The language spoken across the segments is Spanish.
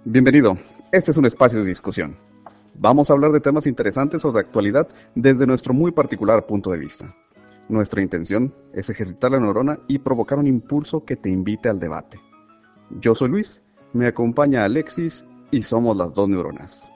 Bienvenido. Este es un espacio de discusión. Vamos a hablar de temas interesantes o de actualidad desde nuestro muy particular punto de vista. Nuestra intención es ejercitar la neurona y provocar un impulso que te invite al debate. Yo soy Luis, me acompaña Alexis y somos las dos neuronas.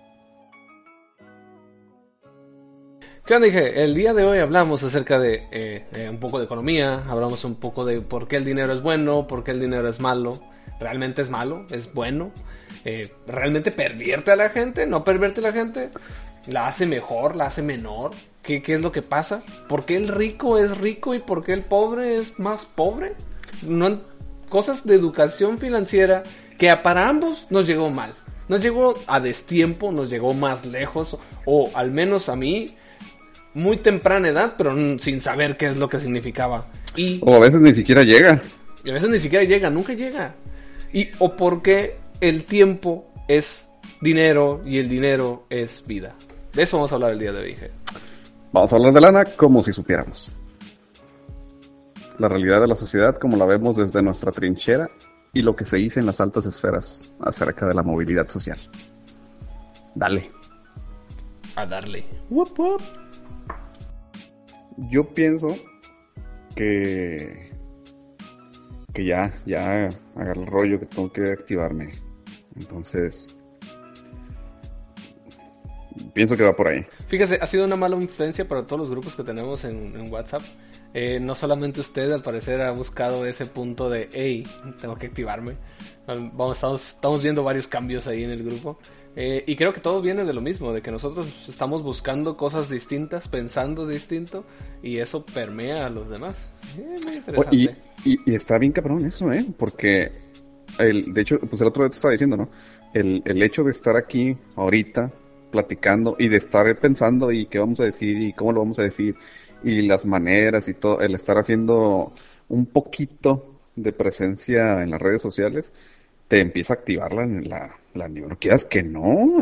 ¿Qué onda, dije? El día de hoy hablamos acerca de un poco de economía, hablamos un poco de por qué el dinero es bueno, por qué el dinero es malo. ¿Realmente es malo? ¿Es bueno? ¿Realmente pervierte a la gente? ¿No pervierte a la gente? ¿La hace mejor? ¿La hace menor? ¿Qué es lo que pasa? ¿Por qué el rico es rico y por qué el pobre es más pobre? No, cosas de educación financiera que para ambos nos llegó mal. Nos llegó a destiempo, nos llegó más lejos, o al menos a mí, muy temprana edad, pero sin saber qué es lo que significaba. O a veces ni siquiera llega. Y a veces ni siquiera llega, nunca llega. O porque el tiempo es dinero y el dinero es vida. De eso vamos a hablar el día de hoy. Vamos a hablar de lana como si supiéramos. La realidad de la sociedad como la vemos desde nuestra trinchera y lo que se dice en las altas esferas acerca de la movilidad social. Dale. A darle. Wup, wup. Yo pienso que ya agarré el rollo que tengo que activarme. Entonces, pienso que va por ahí. Fíjese, ha sido una mala influencia para todos los grupos que tenemos en WhatsApp. No solamente usted, al parecer, ha buscado ese punto de, hey, tengo que activarme. Estamos viendo varios cambios ahí en el grupo. Y creo que todo viene de lo mismo, de que nosotros estamos buscando cosas distintas, pensando distinto, y eso permea a los demás. Muy interesante. Y está bien cabrón eso, porque, de hecho, pues el otro día te estaba diciendo, ¿no? El hecho de estar aquí ahorita, platicando, y de estar pensando, y qué vamos a decir, y cómo lo vamos a decir, y las maneras, y todo, el estar haciendo un poquito de presencia en las redes sociales, te empieza a activar la neurona. Quieras que no,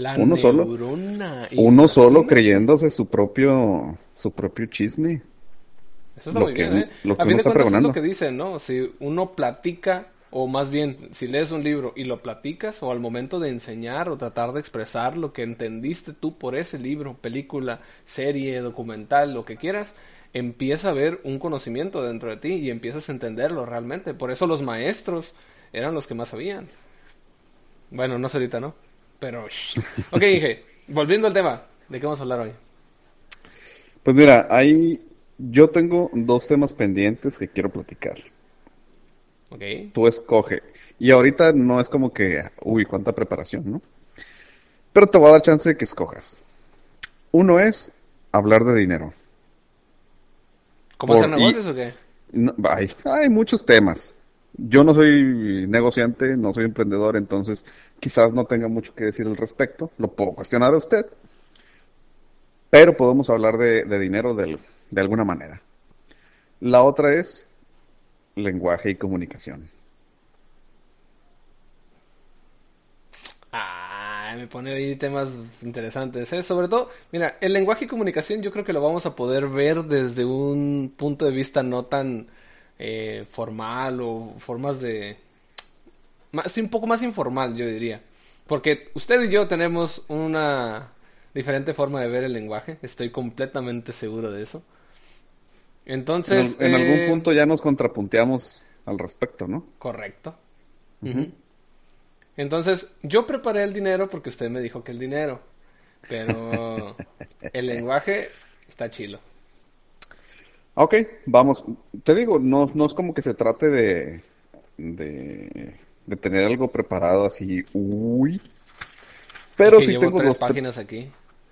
uno solo creyéndose su propio chisme. Eso está muy bien, Lo que a fin de está cuentas pregonando. es lo que dicen, ¿no? Si uno platica, o más bien, si lees un libro y lo platicas, o al momento de enseñar o tratar de expresar lo que entendiste tú por ese libro, película, serie, documental, lo que quieras, empieza a haber un conocimiento dentro de ti y empiezas a entenderlo realmente. Por eso los maestros eran los que más sabían. Bueno, no sé ahorita, ¿no? Pero... Ok, dije, volviendo al tema, ¿de qué vamos a hablar hoy? Pues mira, yo tengo dos temas pendientes que quiero platicar. Ok. Tú escoge. Y ahorita no es como que, cuánta preparación, ¿no? Pero te voy a dar chance de que escojas. Uno es hablar de dinero. ¿Cómo hacer negocios o qué? No, hay muchos temas. Yo no soy negociante, no soy emprendedor, entonces quizás no tenga mucho que decir al respecto. Lo puedo cuestionar a usted. Pero podemos hablar de dinero de alguna manera. La otra es lenguaje y comunicación. Me pone ahí temas interesantes, ¿eh? Sobre todo, mira, el lenguaje y comunicación yo creo que lo vamos a poder ver desde un punto de vista no tan formal o formas de... Sí, un poco más informal, yo diría. Porque usted y yo tenemos una diferente forma de ver el lenguaje, estoy completamente seguro de eso. Entonces... En algún punto ya nos contrapunteamos al respecto, ¿no? Correcto. Uh-huh. Entonces, yo preparé el dinero porque usted me dijo que el dinero. Pero el lenguaje está chilo. Ok, vamos. Te digo, no es como que se trate de tener algo preparado así, Pero sí llevo tengo 3 páginas aquí.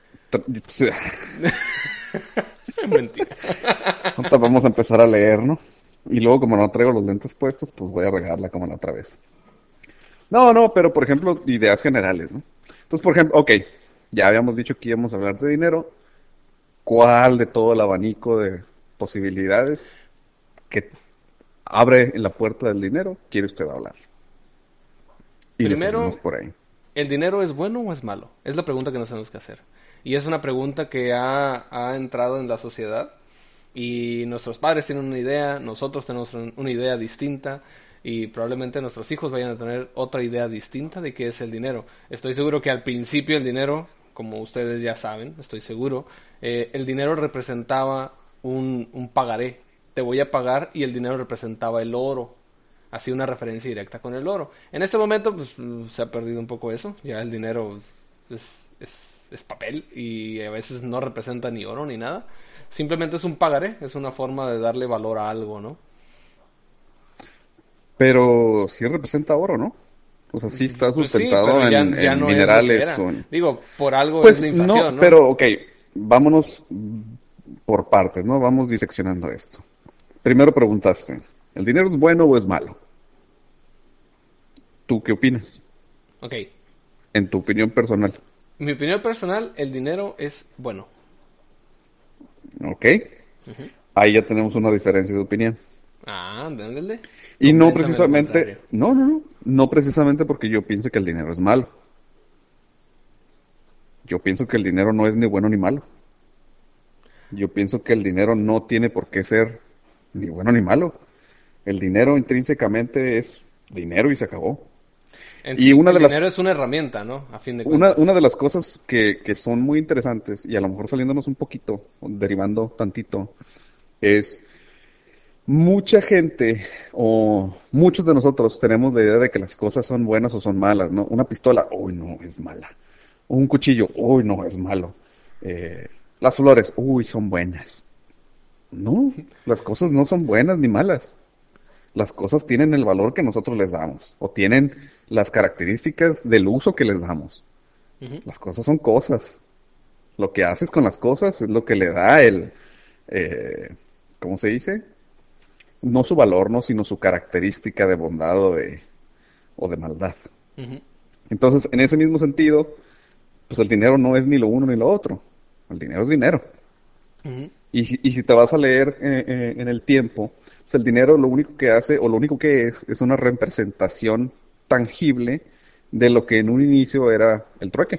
Mentira. Ahorita vamos a empezar a leer, ¿no? Y luego como no traigo los lentes puestos, pues voy a regarla como la otra vez. No, pero por ejemplo, ideas generales, ¿no? Entonces, por ejemplo, ok, ya habíamos dicho que íbamos a hablar de dinero. ¿Cuál de todo el abanico de posibilidades que abre en la puerta del dinero quiere usted hablar? Y primero, por ahí. ¿El dinero es bueno o es malo? Es la pregunta que nos tenemos que hacer. Y es una pregunta que ha entrado en la sociedad. Y nuestros padres tienen una idea, nosotros tenemos una idea distinta. y probablemente nuestros hijos vayan a tener otra idea distinta de qué es el dinero. Estoy seguro que al principio el dinero, como ustedes ya saben, estoy seguro, el dinero representaba un pagaré. Te voy a pagar, y el dinero representaba el oro. Así, una referencia directa con el oro. En este momento pues se ha perdido un poco eso. Ya el dinero es papel y a veces no representa ni oro ni nada. Simplemente es un pagaré, es una forma de darle valor a algo, ¿no? Pero sí representa oro, ¿no? O sea, sí está Pues sí, sustentado pero ya en no es lo que minerales era. o en... Digo, por algo es Pues la no, inflación, ¿no? pero ok, vámonos por partes, ¿no? Vamos diseccionando esto. Primero preguntaste, ¿el dinero es bueno o es malo? ¿Tú qué opinas? Ok, En tu opinión personal, mi opinión personal, el dinero es bueno. ¿ok? Ahí ya tenemos una diferencia de opinión. Ah, ándale. Y no Convénzame lo precisamente, contrario. no precisamente porque yo piense que el dinero es malo. Yo pienso que el dinero no es ni bueno ni malo. Yo pienso que el dinero no tiene por qué ser ni bueno ni malo. El dinero intrínsecamente es dinero y se acabó. En Y sí, el dinero es una herramienta, ¿no? A fin de cuentas. una de las cosas que son muy interesantes, y a lo mejor saliéndonos un poquito, derivando tantito, es mucha gente o muchos de nosotros tenemos la idea de que las cosas son buenas o son malas, ¿no? Una pistola, uy, no, es mala. Un cuchillo, uy, no, es malo. Las flores, uy, son buenas. No, las cosas no son buenas ni malas. Las cosas tienen el valor que nosotros les damos o tienen las características del uso que les damos. Ujú. Las cosas son cosas. Lo que haces con las cosas es lo que le da eh, ¿cómo se dice? No su valor, no, sino su característica de bondad o de maldad. Ujú. Entonces, en ese mismo sentido, pues el dinero no es ni lo uno ni lo otro. El dinero es dinero. Ujú. Y si te vas a leer en el tiempo, pues el dinero lo único que hace, o lo único que es una representación tangible de lo que en un inicio era el trueque.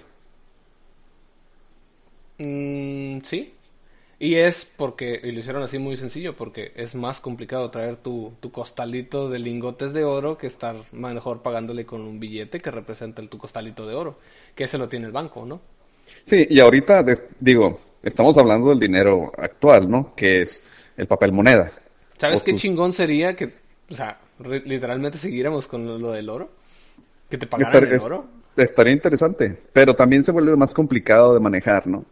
Sí. Y es porque, y lo hicieron así muy sencillo, porque es más complicado traer tu costalito de lingotes de oro que estar mejor pagándole con un billete que representa tu costalito de oro, que ese lo tiene el banco, ¿no? Sí, y ahorita, digo, estamos hablando del dinero actual, ¿no? Que es el papel moneda. O ¿Sabes qué tus, chingón sería que, o sea, literalmente siguiéramos con lo del oro? Que te pagaran estar- en es- oro. estaría interesante, pero también se vuelve más complicado de manejar, ¿no?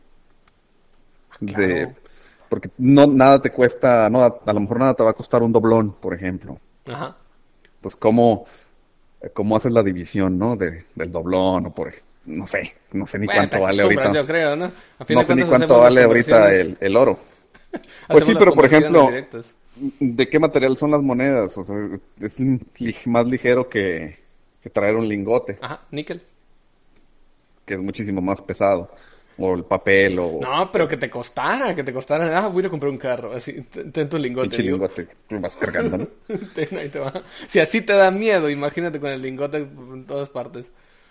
De, Claro. porque no nada te cuesta, no, a lo mejor nada te va a costar un doblón, por ejemplo. Ajá. Pues cómo haces la división, ¿no? Del doblón o no sé ni Bueno, te cuánto vale acostumbras, ahorita, yo creo, ¿no? A fin no de sé ni cuentas cuánto hacemos las vale ahorita conversiones, el oro. Pues hacemos sí, las pero por conversiones ejemplo, directas. ¿de qué material son las monedas? O sea, es más ligero que traer un lingote, Ajá, níquel. que es muchísimo más pesado. O el papel No, pero que te costara, voy a ir a comprar un carro, así, ten tu lingote, pinche digo. lingote que lo vas cargando, ¿no? Ahí te va. Si así te da miedo, imagínate con el lingote en todas partes.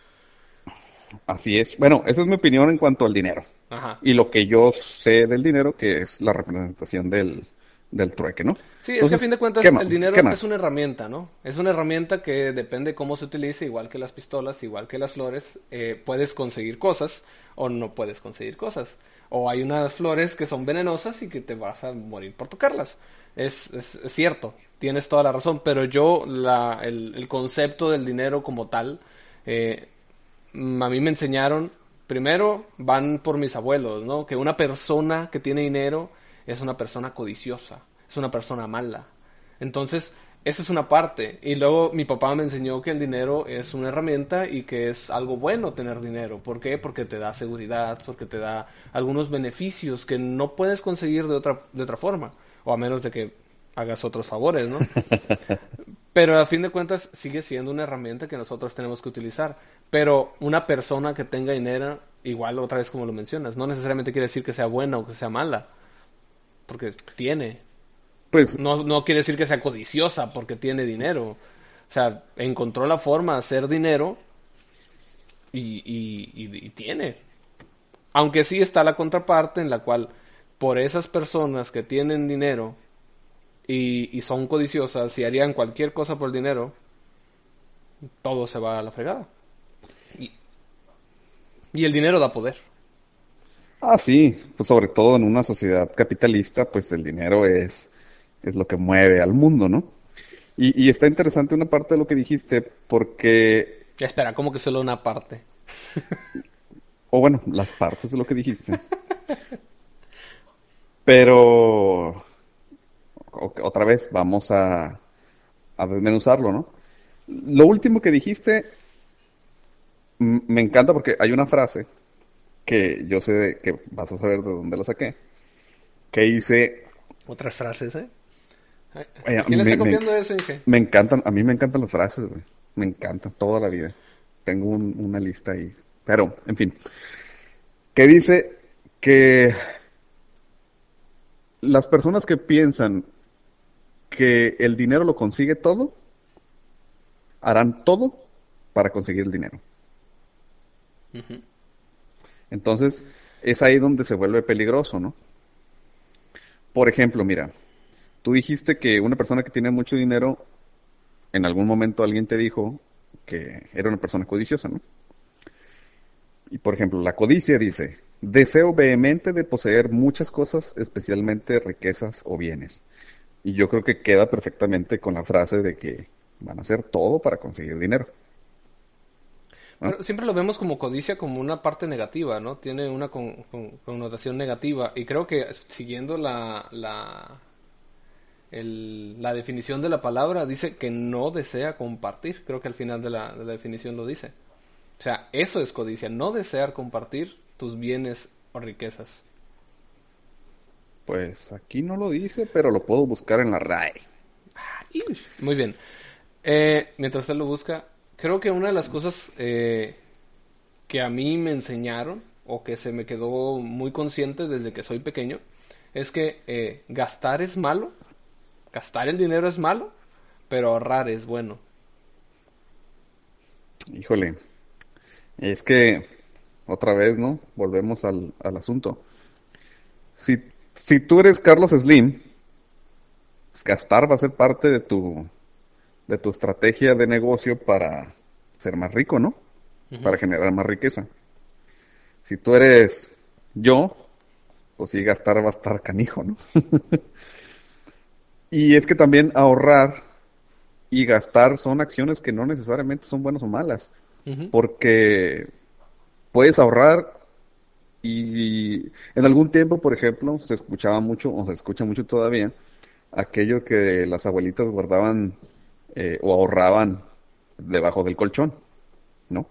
Así es. Bueno, esa es mi opinión en cuanto al dinero. Ajá. Y lo que yo sé del dinero, que es la representación del trueque, ¿no? Sí, es que a Entonces, fin de ¿qué cuentas más? el ¿Qué dinero es más? una herramienta, ¿no? Es una herramienta que depende cómo se utilice, igual que las pistolas, igual que las flores, puedes conseguir cosas o no puedes conseguir cosas. O hay unas flores que son venenosas y que te vas a morir por tocarlas. Es cierto, tienes toda la razón, pero yo el concepto del dinero como tal, eh, a mí me enseñaron, primero van por mis abuelos, ¿no? Que una persona que tiene dinero es una persona codiciosa, es una persona mala. Entonces, esa es una parte. Y luego mi papá me enseñó que el dinero es una herramienta y que es algo bueno tener dinero. ¿Por qué? Porque te da seguridad, porque te da algunos beneficios que no puedes conseguir de otra forma. O a menos de que hagas otros favores, ¿no? Pero a fin de cuentas sigue siendo una herramienta que nosotros tenemos que utilizar. Pero una persona que tenga dinero, igual otra vez como lo mencionas, no necesariamente quiere decir que sea buena o que sea mala, porque tiene. Pues, No quiere decir que sea codiciosa porque tiene dinero. O sea, encontró la forma de hacer dinero y tiene. Aunque sí está la contraparte en la cual por esas personas que tienen dinero y son codiciosas y harían cualquier cosa por el dinero, todo se va a la fregada. Y, y el dinero da poder. Ah, sí, pues sobre todo en una sociedad capitalista, pues el dinero es lo que mueve al mundo, ¿no? Y está interesante una parte de lo que dijiste, porque, Espera, como que solo una parte. o bueno, las partes de lo que dijiste, pero otra vez vamos a desmenuzarlo, ¿no? Lo último que dijiste me encanta porque hay una frase que yo sé que vas a saber de dónde la saqué, que dice, Otras frases, ¿eh? oye, ¿A quién le está copiando eso, Inge? me encantan, a mí me encantan las frases, güey, me encantan toda la vida. Tengo una lista ahí, pero, en fin, que dice que las personas que piensan que el dinero lo consigue todo, harán todo para conseguir el dinero. Entonces, es ahí donde se vuelve peligroso, ¿no? Por ejemplo, mira, tú dijiste que una persona que tiene mucho dinero, en algún momento alguien te dijo que era una persona codiciosa, ¿no? Y por ejemplo, la codicia dice, deseo vehemente de poseer muchas cosas, especialmente riquezas o bienes. Y yo creo que queda perfectamente con la frase de que van a hacer todo para conseguir dinero, ¿no? Pero siempre lo vemos como codicia como una parte negativa, ¿no? Tiene una connotación negativa. Y creo que siguiendo la definición de la palabra, dice que no desea compartir. Creo que al final de la definición lo dice. O sea, eso es codicia, no desear compartir tus bienes o riquezas. Pues aquí no lo dice, pero lo puedo buscar en la RAE. Ish. Muy bien. Mientras usted lo busca, creo que una de las cosas que a mí me enseñaron o que se me quedó muy consciente desde que soy pequeño es que gastar es malo, gastar el dinero es malo, pero ahorrar es bueno. Híjole, es que otra vez, ¿no? Volvemos al asunto. Si, si tú eres Carlos Slim, pues gastar va a ser parte de tu estrategia de negocio para ser más rico, ¿no? Para generar más riqueza. Si tú eres yo, pues sí, gastar va a estar canijo, ¿no? Y es que también ahorrar y gastar son acciones que no necesariamente son buenas o malas, Ujú. porque puedes ahorrar y en algún tiempo, por ejemplo, se escuchaba mucho, o se escucha mucho todavía, aquello que las abuelitas guardaban o ahorraban debajo del colchón, ¿no?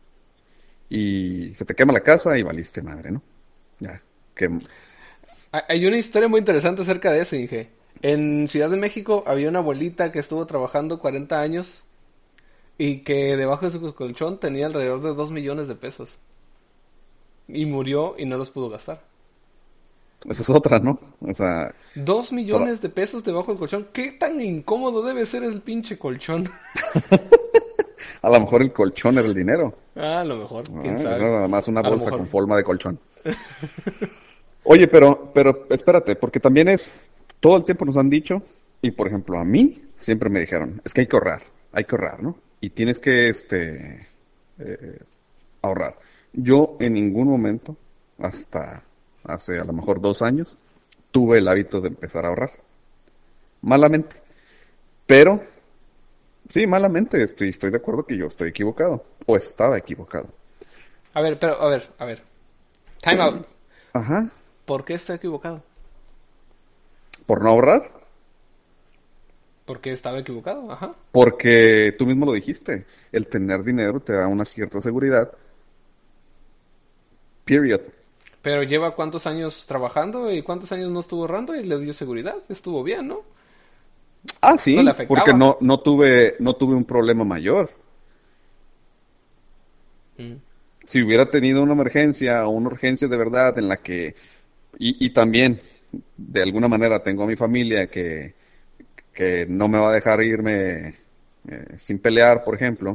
Y se te quema la casa y valiste madre, ¿no? Ya, que Hay una historia muy interesante acerca de eso, Inge. En Ciudad de México había una abuelita que estuvo trabajando 40 años y que debajo de su colchón tenía alrededor de 2 millones de pesos. Y murió y no los pudo gastar. esa es otra, ¿no? O sea, 2 tra- millones de pesos debajo del colchón. ¿Qué tan incómodo debe ser el pinche colchón? a lo mejor el colchón era el dinero. Ah, a lo mejor, quién Era sabe. nada más una A lo bolsa mejor. con forma de colchón. Oye, pero espérate, porque también es, todo el tiempo nos han dicho, y por ejemplo a mí siempre me dijeron, es que hay que ahorrar, ¿no? Y tienes que, ahorrar. Yo en ningún momento, hasta hace a lo mejor 2 años, tuve el hábito de empezar a ahorrar. Malamente. Pero, sí, malamente, estoy de acuerdo que yo estoy equivocado, o estaba equivocado. A ver, pero, a ver. Time out. Ajá, ¿Por qué está equivocado? por no ahorrar. ¿Por qué estaba equivocado? Ajá. Porque tú mismo lo dijiste, el tener dinero te da una cierta seguridad, period. Pero lleva cuántos años trabajando y cuántos años no estuvo ahorrando y le dio seguridad. Estuvo bien, ¿no? Ah, No le sí, porque afectaba. no tuve un problema mayor. Mm. Si hubiera tenido una emergencia o una urgencia de verdad en la que, y también de alguna manera tengo a mi familia que no me va a dejar irme sin pelear, por ejemplo,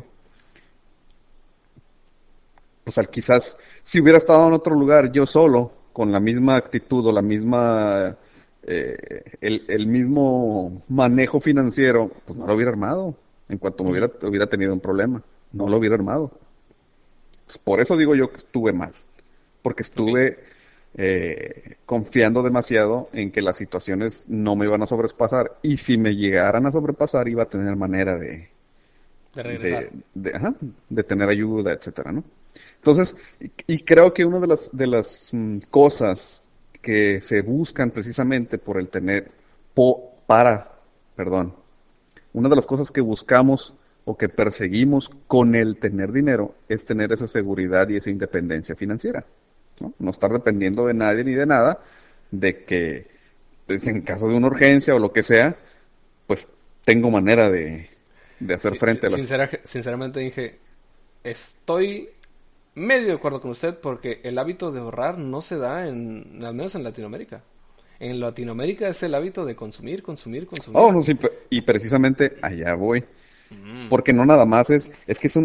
pues quizás si hubiera estado en otro lugar yo solo, con la misma actitud o la misma, el mismo manejo financiero, pues no lo hubiera armado. en cuanto me Ujú. hubiera tenido un problema. No lo hubiera armado. Pues por eso digo yo que estuve mal, porque Ok. estuve confiando demasiado en que las situaciones no me iban a sobrepasar y si me llegaran a sobrepasar iba a tener manera De regresar. ajá, de tener ayuda, etcétera, ¿no? Entonces, y creo que una de las cosas que se buscan precisamente por el tener, perdón, una de las cosas que buscamos o que perseguimos con el tener dinero es tener esa seguridad y esa independencia financiera, ¿no? No estar dependiendo de nadie ni de nada, de que pues, en caso de una urgencia o lo que sea, pues tengo manera de hacer Sí, frente a las... sinceramente dije, estoy medio de acuerdo con usted porque el hábito de ahorrar no se da al menos en Latinoamérica. En Latinoamérica es el hábito de consumir, consumir, Oh, consumir. no, sí, y precisamente allá voy. Mm. Porque no nada más es que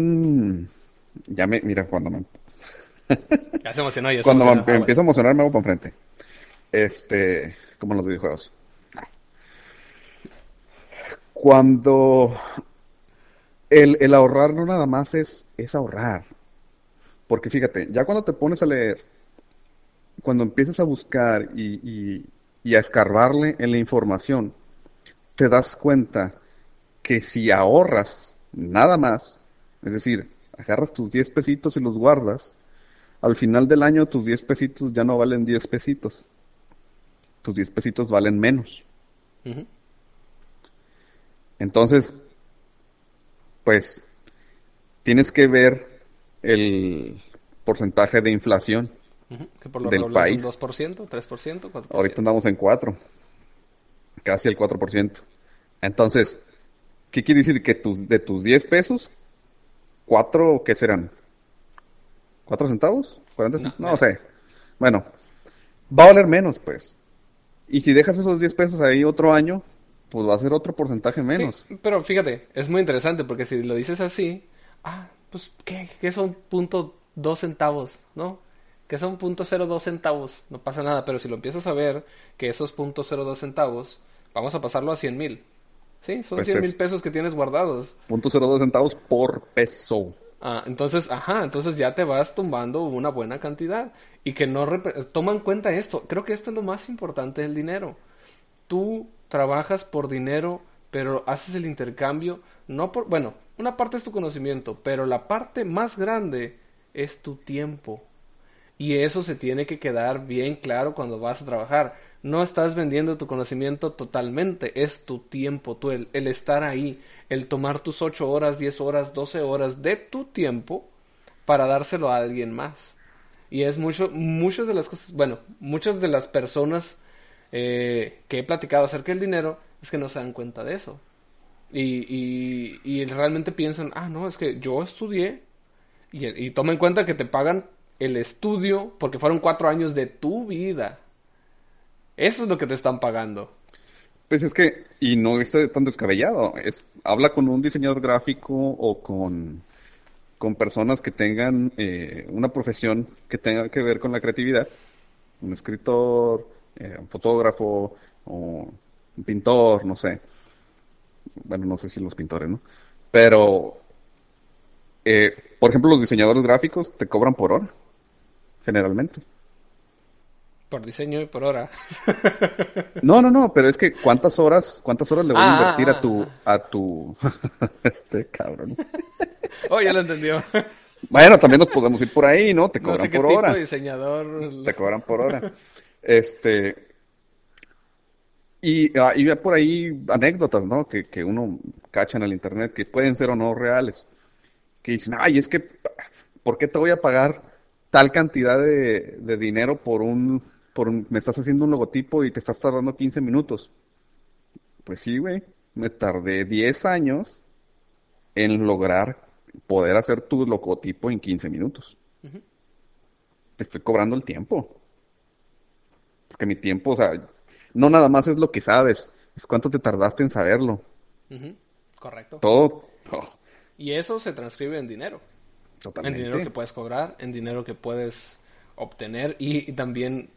mira, Ya se cuando me emocionó, empiezo a aguas. emocionar me hago para enfrente. Como en los videojuegos. Cuando el ahorrar no nada más es ahorrar. Porque fíjate, ya cuando te pones a leer, cuando empiezas a buscar y a escarbarle en la información, te das cuenta que si ahorras nada más, es decir, agarras tus 10 pesitos y los guardas, al final del año tus 10 pesitos ya no valen 10 pesitos, tus 10 pesitos valen menos. Ujú, Entonces, pues tienes que ver el porcentaje de inflación ujú. Que por lo del regular es un país. 2%, 3%, Ahorita 4%. andamos en 4, casi el 4%. Entonces, ¿qué quiere decir? Que de tus 10 pesos, 4, ¿qué serán? ¿4 centavos? ¿40 No, centavos? No menos. sé. Bueno, va a valer menos, pues. Y si dejas esos 10 pesos ahí otro año, pues va a ser otro porcentaje Sí, menos. pero fíjate, es muy interesante porque si lo dices así, pues, ¿qué son .2 centavos, ¿no? Que son .02 centavos, no pasa nada, pero si lo empiezas a ver, que esos .02 centavos, vamos a pasarlo a 100,000, ¿sí? Son Pues 100,000 es pesos que tienes guardados. 0.02 centavos por peso. Entonces ya te vas tumbando una buena cantidad y que no toma en cuenta esto. Creo que esto es lo más importante del dinero. Tú trabajas por dinero, pero haces el intercambio, no por, bueno, una parte es tu conocimiento, pero la parte más grande es tu tiempo. Y eso se tiene que quedar bien claro cuando vas a trabajar. No estás vendiendo tu conocimiento totalmente, es tu tiempo, el estar ahí, el tomar tus 8 horas, 10 horas, 12 horas de tu tiempo para dárselo a alguien más. Y es muchas de las cosas, bueno, muchas de las personas que he platicado acerca del dinero es que no se dan cuenta de eso. Y realmente piensan, no, es que yo estudié y toma en cuenta que te pagan el estudio porque fueron 4 años de tu vida. Eso es lo que te están pagando. Pues es que, y no está tan descabellado, habla con un diseñador gráfico o con personas que tengan una profesión que tenga que ver con la creatividad, un escritor, un fotógrafo o un pintor, no sé. Bueno, no sé si los pintores, ¿no? Pero, por ejemplo, los diseñadores gráficos te cobran por hora, generalmente. Por diseño y por hora. No, no, no, pero es que cuántas horas le voy a invertir a Ah, ah, tu, este cabrón. Oh, ya lo entendió. Bueno, también nos podemos ir por ahí, ¿no? Te No cobran sé qué por tipo de hora, diseñador. te cobran por hora. Este, y ve por ahí anécdotas, ¿no? Que uno cacha en el internet que pueden ser o no reales. Que dicen, ay, es que, ¿por qué te voy a pagar tal cantidad de dinero me estás haciendo un logotipo y te estás tardando 15 minutos? Pues sí, güey, me tardé 10 años en lograr poder hacer tu logotipo en 15 minutos. Te estoy cobrando el tiempo, porque mi tiempo, o sea, no nada más es lo que sabes, es cuánto te tardaste en saberlo. Ujú, correcto. Todo, oh, Y eso se transcribe en dinero que totalmente. puedes cobrar, en dinero que puedes obtener y también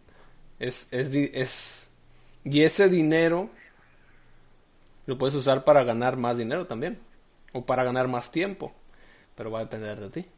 y ese dinero lo puedes usar para ganar más dinero también. o para ganar más tiempo, pero va a depender de ti.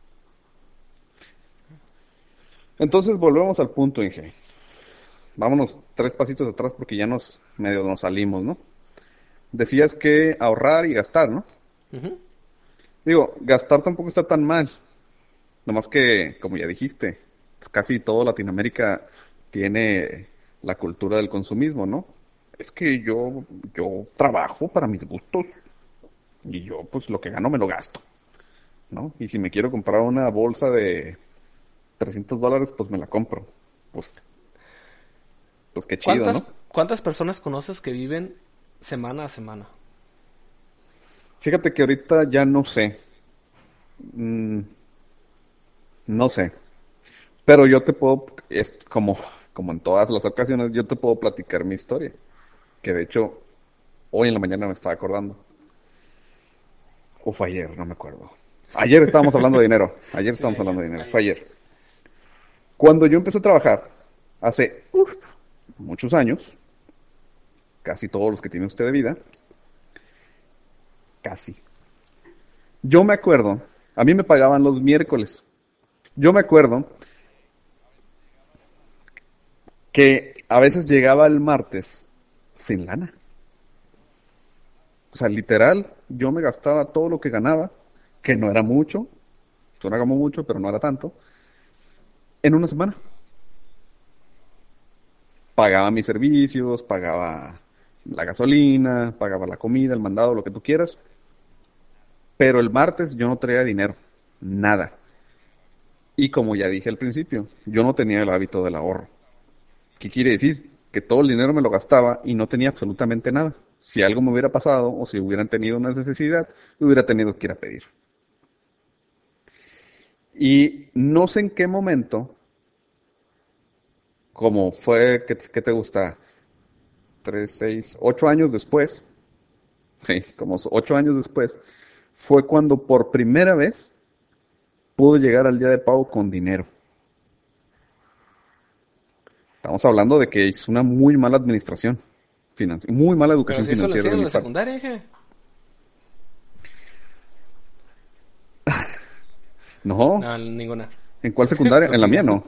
Entonces volvemos al punto, Inge. Vámonos 3 pasitos atrás porque ya medio nos salimos, ¿no? Decías que ahorrar y gastar, ¿no? Ujú. Digo, gastar tampoco está tan mal. Nomás que, como ya dijiste, casi todo Latinoamérica tiene la cultura del consumismo, ¿no? Es que yo trabajo para mis gustos y yo pues lo que gano me lo gasto, ¿no? Y si me quiero comprar una bolsa de $300, pues me la compro. Pues, pues qué chido, ¿Cuántas, ¿no? cuántas personas conoces que viven semana a semana? Fíjate que ahorita ya no sé, mm, no sé, pero yo te puedo, es como en todas las ocasiones, yo te puedo platicar mi historia, que de hecho hoy en la mañana me estaba acordando. O fue ayer, no me acuerdo. Ayer estábamos hablando de dinero. Ayer Sí, estábamos hablando de dinero. Fue ayer. ayer. Cuando yo empecé a trabajar, hace muchos años, casi todos los que tiene usted de vida, casi. Yo me acuerdo, a mí me pagaban los miércoles. Yo me acuerdo que a veces llegaba el martes sin lana. O sea, literal, yo me gastaba todo lo que ganaba, que no era mucho, suena como mucho, pero no era tanto, en una semana. Pagaba mis servicios, pagaba la gasolina, pagaba la comida, el mandado, lo que tú quieras. Pero el martes yo no traía dinero, nada. Y como ya dije al principio, yo no tenía el hábito del ahorro. ¿Qué quiere decir? Que todo el dinero me lo gastaba y no tenía absolutamente nada. Si algo me hubiera pasado o si hubieran tenido una necesidad, hubiera tenido que ir a pedir. Y no sé en qué momento, como fue, ¿qué te gusta? 8 años después, sí, como 8 años después, fue cuando por primera vez pude llegar al día de pago con dinero. Estamos hablando de que es una muy mala administración financiera, muy mala Pero educación si eso lo financiera de enseñan en mi la parte. secundaria, ¿qué? No, No, ninguna. ¿en cuál secundaria? En la mía Prosigan. no.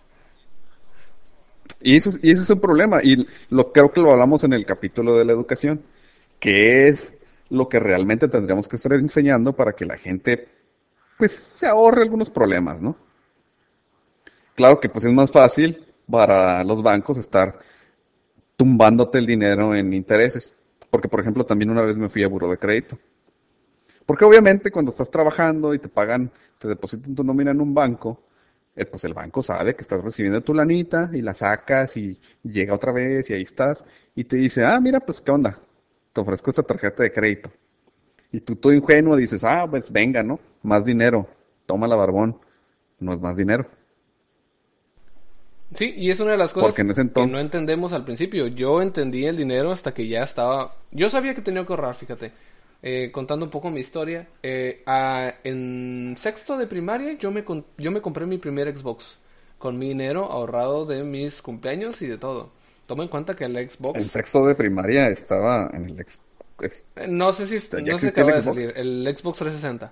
Y ese es un problema, y creo que lo hablamos en el capítulo de la educación, que es lo que realmente tendríamos que estar enseñando para que la gente, pues, se ahorre algunos problemas, ¿no? Claro que pues es más fácil para los bancos estar tumbándote el dinero en intereses. Porque, por ejemplo, también una vez me fui a buró de crédito. Porque obviamente cuando estás trabajando y te pagan, te depositan tu nómina en un banco, pues el banco sabe que estás recibiendo tu lanita y la sacas y llega otra vez y ahí estás y te dice, ah, mira, pues qué onda, te ofrezco esta tarjeta de crédito. Y tú todo ingenuo dices, ah, pues venga, ¿no? Más dinero, toma la barbón, no es más dinero. Sí, y es una de las Porque cosas en ese que no entonces, entendemos al principio. Yo entendí el dinero hasta que ya estaba... Yo sabía que tenía que ahorrar, fíjate. Contando un poco mi historia. En sexto de primaria yo me compré mi primer Xbox. Con mi dinero ahorrado de mis cumpleaños y de todo. Toma en cuenta que el en Xbox... sexto de primaria estaba en el no sé si... ya No sé si existía el acaba de Xbox. salir. El Xbox 360.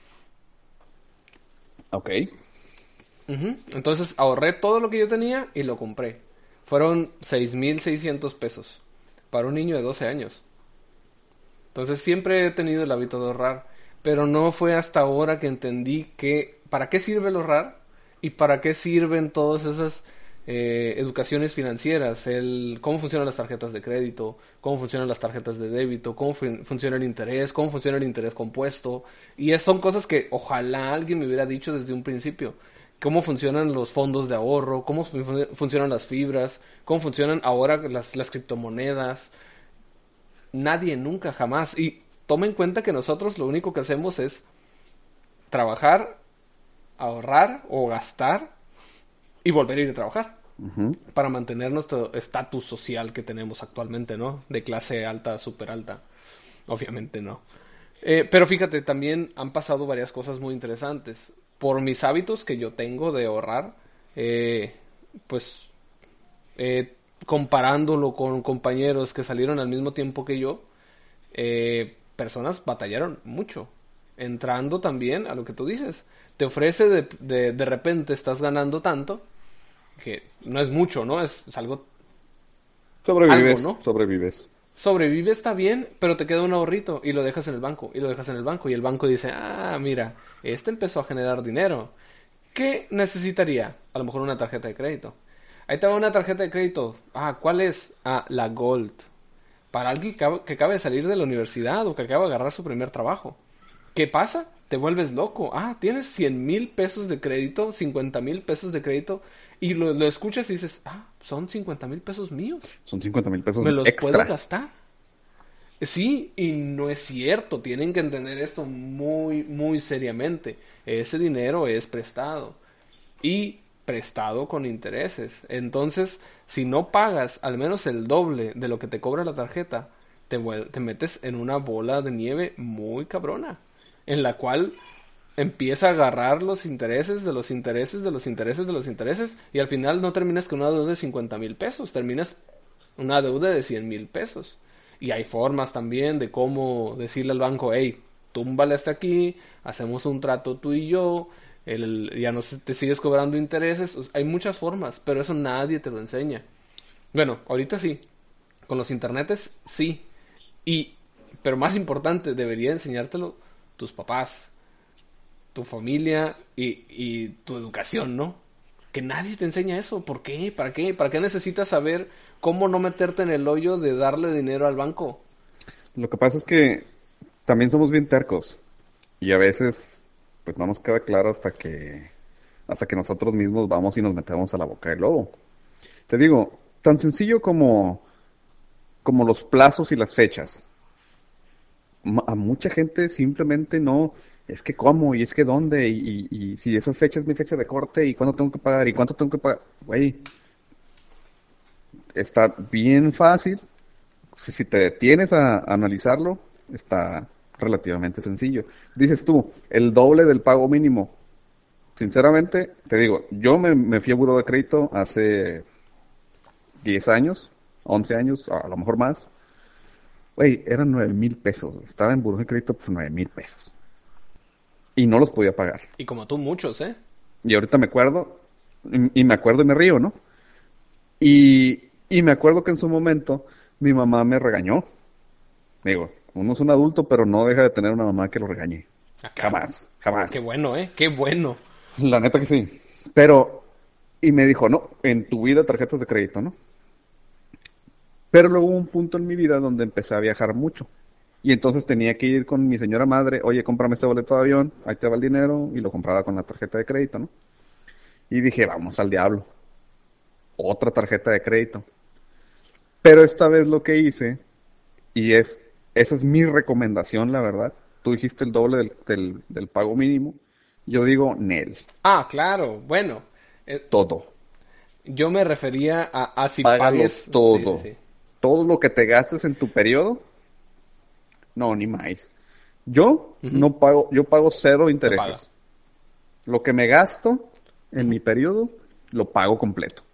Ok. Ujú. Entonces ahorré todo lo que yo tenía y lo compré. Fueron 6,600 pesos para un niño de 12 años. Entonces siempre he tenido el hábito de ahorrar, pero no fue hasta ahora que entendí que para qué sirve el ahorrar y para qué sirven todas esas educaciones financieras, el cómo funcionan las tarjetas de crédito, cómo funcionan las tarjetas de débito, cómo funciona el interés, cómo funciona el interés compuesto. Y son cosas que ojalá alguien me hubiera dicho desde un principio. Cómo funcionan los fondos de ahorro, cómo funcionan las fibras, cómo funcionan ahora las criptomonedas. Nadie, nunca, jamás. Y toma en cuenta que nosotros lo único que hacemos es trabajar, ahorrar o gastar y volver a ir a trabajar Ujú. para mantener nuestro estatus social que tenemos actualmente, ¿no? De clase alta, súper alta. Obviamente no. Pero fíjate, también han pasado varias cosas muy interesantes. Por mis hábitos que yo tengo de ahorrar, eh, pues comparándolo con compañeros que salieron al mismo tiempo que yo, personas batallaron mucho. Entrando también a lo que tú dices. Te ofrece de repente estás ganando tanto, que no es mucho, ¿no? Es algo, Sobrevives, ¿no? sobrevives. Sobrevive, está bien, pero te queda un ahorrito y lo dejas en el banco, y lo dejas en el banco, y el banco dice, ah, mira, este empezó a generar dinero. ¿Qué necesitaría? A lo mejor una tarjeta de crédito. Ahí te va una tarjeta de crédito. Ah, ¿cuál es? Ah, la Gold. Para alguien que acaba de salir de la universidad o que acaba de agarrar su primer trabajo. ¿Qué pasa? Te vuelves loco. Ah, tienes 100,000 pesos de crédito, 50,000 pesos de crédito, y lo escuchas y dices, ah, son 50,000 pesos míos. Son 50,000 pesos Me los puedo extra. gastar. Sí, y no es cierto. Tienen que entender esto muy, muy seriamente. Ese dinero es prestado. Y prestado con intereses. Entonces, si no pagas al menos el doble de lo que te cobra la tarjeta, te metes en una bola de nieve muy cabrona, en la cual empieza a agarrar los intereses de los intereses de los intereses de los intereses, y al final no terminas con una deuda de 50,000 pesos, terminas una deuda de 100,000 pesos. Y hay formas también de cómo decirle al banco, hey, túmbale hasta aquí, hacemos un trato tú y yo, ya no te sigues cobrando intereses. Hay muchas formas, pero eso nadie te lo enseña. Bueno, ahorita sí, con los internetes sí, y pero más importante, debería enseñártelo tus papás, tu familia y tu educación, ¿no? Que nadie te enseña eso. ¿Por qué? ¿Para qué? ¿Para qué necesitas saber cómo no meterte en el hoyo de darle dinero al banco? Lo que pasa es que también somos bien tercos y a veces pues no nos queda claro hasta que nosotros mismos vamos y nos metemos a la boca del lobo. Te digo, tan sencillo como los plazos y las fechas. A mucha gente simplemente no, es que cómo y es que dónde y si esa fecha es mi fecha de corte y cuándo tengo que pagar y cuánto tengo que pagar. Güey, está bien fácil. Si te detienes a analizarlo, está relativamente sencillo. Dices tú, el doble del pago mínimo. Sinceramente, te digo, yo me fui a buró de crédito hace 10 años, 11 años, a lo mejor más. Güey, eran 9,000 pesos. Estaba en buró de crédito por 9,000 pesos. Y no los podía pagar. Y como tú, muchos, ¿eh? Y ahorita me acuerdo, y me acuerdo y me río, ¿no? Y me acuerdo que en su momento mi mamá me regañó. Digo, uno es un adulto, pero no deja de tener una mamá que lo regañe. Acá. Jamás, jamás. Qué bueno, ¿eh? Qué bueno. La neta que sí. Pero, y me dijo, no, en tu vida tarjetas de crédito, ¿no? Pero luego hubo un punto en mi vida donde empecé a viajar mucho. Y entonces tenía que ir con mi señora madre, oye, cómprame este boleto de avión, ahí te va el dinero, y lo compraba con la tarjeta de crédito, ¿no? Y dije, vamos al diablo. Otra tarjeta de crédito. Pero esta vez lo que hice, y esa es mi recomendación, la verdad. Tú dijiste el doble del pago mínimo. Yo digo, Nel, Ah, claro. Bueno, eh, todo. yo me refería a si Págalo pagues... Sí, sí, todo. sí. Todo lo que te gastes en tu periodo, no, ni más. Yo Ujú. no pago, yo pago cero Te paga. intereses. Lo que me gasto en Ujú. mi periodo, lo pago completo.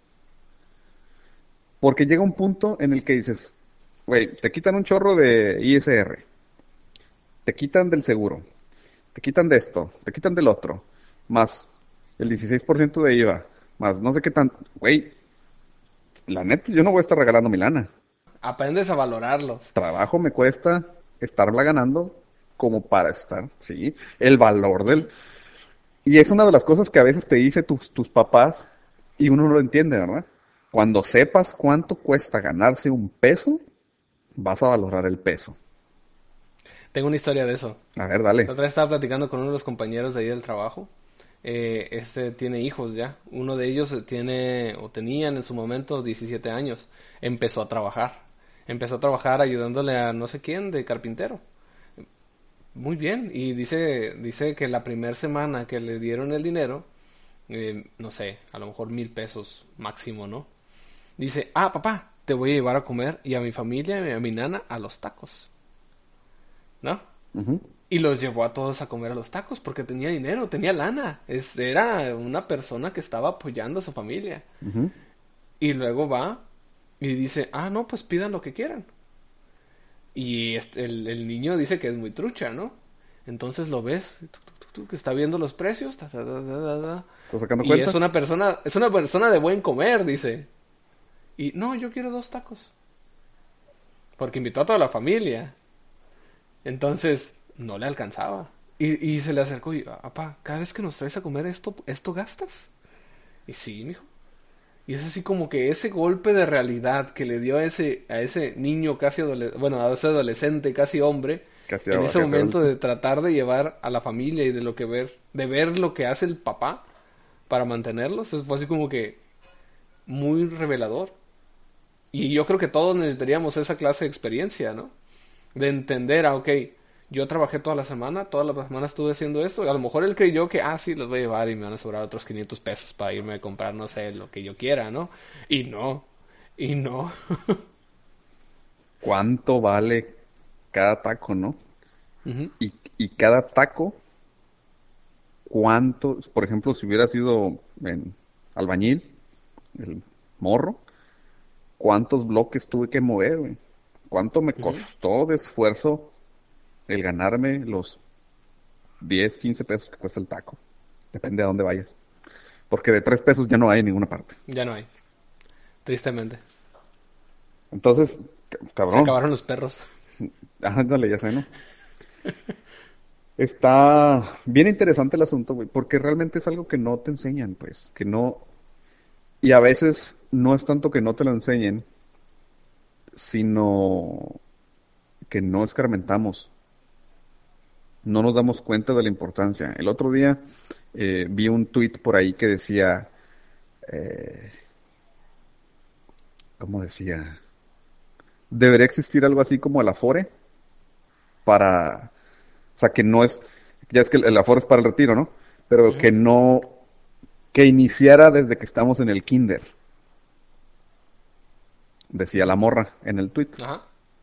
Porque llega un punto en el que dices, güey, te quitan un chorro de ISR, te quitan del seguro, te quitan de esto, te quitan del otro, más el 16% de IVA, más no sé qué tan, güey, la neta, yo no voy a estar regalando mi lana. Aprendes a valorarlos. Trabajo me cuesta estarla ganando como para estar, ¿sí? El valor del... Y es una de las cosas que a veces te dice tus papás y uno no lo entiende, ¿verdad? Cuando sepas cuánto cuesta ganarse un peso, vas a valorar el peso. Tengo una historia de eso. A ver, La dale. otra vez estaba platicando con uno de los compañeros de ahí del trabajo. Este tiene hijos ya. Uno de ellos tiene, o tenían en su momento, 17 años. Empezó a trabajar. Empezó a trabajar ayudándole a no sé quién de carpintero. Muy bien. Y dice que la primera semana que le dieron el dinero, no sé, a lo mejor 1,000 pesos máximo, ¿no? Dice, ah, papá, te voy a llevar a comer y a mi familia y a mi nana a los tacos, ¿no? Ujú. Y los llevó a todos a comer a los tacos porque tenía dinero, tenía lana. Era una persona que estaba apoyando a su familia. Ujú. Y luego va y dice, ah, no, pues pidan lo que quieran. Y el niño dice que es muy trucha, ¿no? Entonces lo ves, que está viendo los precios, ¿Estás sacando y cuentas? es una persona de buen comer, dice. Y no, yo quiero 2 tacos. Porque invitó a toda la familia. Entonces, no le alcanzaba. Y se le acercó y, papá, cada vez que nos traes a comer esto gastas. Y sí, mijo. Y es así como que ese golpe de realidad que le dio a ese niño casi bueno, a ese adolescente casi hombre, en ese Casi momento adulto. de tratar de llevar a la familia y de ver lo que hace el papá para mantenerlos, fue así como que muy revelador. Y yo creo que todos necesitaríamos esa clase de experiencia, ¿no? De entender, ok, yo trabajé toda la semana estuve haciendo esto, y a lo mejor él creyó que, sí, los voy a llevar y me van a sobrar otros 500 pesos para irme a comprar, no sé, lo que yo quiera, ¿no? Y no. ¿Cuánto vale cada taco, no? Ujú, Y cada taco, ¿cuánto? Por ejemplo, si hubiera sido en albañil, el morro, ¿cuántos bloques tuve que mover, güey? ¿Cuánto me ujú. costó de esfuerzo el ganarme los 10, 15 pesos que cuesta el taco? Depende a dónde vayas. Porque de 3 pesos ya no hay en ninguna parte. Ya no hay, tristemente. Entonces, Se cabrón, acabaron los perros. ándale, ya sé, ¿no? Está bien interesante el asunto, güey, porque realmente es algo que no te enseñan, pues, que no, y a veces no es tanto que no te lo enseñen, sino que no escarmentamos, no nos damos cuenta de la importancia. El otro día vi un tuit por ahí que decía, eh, ¿cómo decía? Debería existir algo así como el Afore para, o sea, que no es, ya es que el Afore es para el retiro, ¿no? Pero Ujú. que no, que iniciara desde que estamos en el kinder, decía la morra en el tuit. Ajá.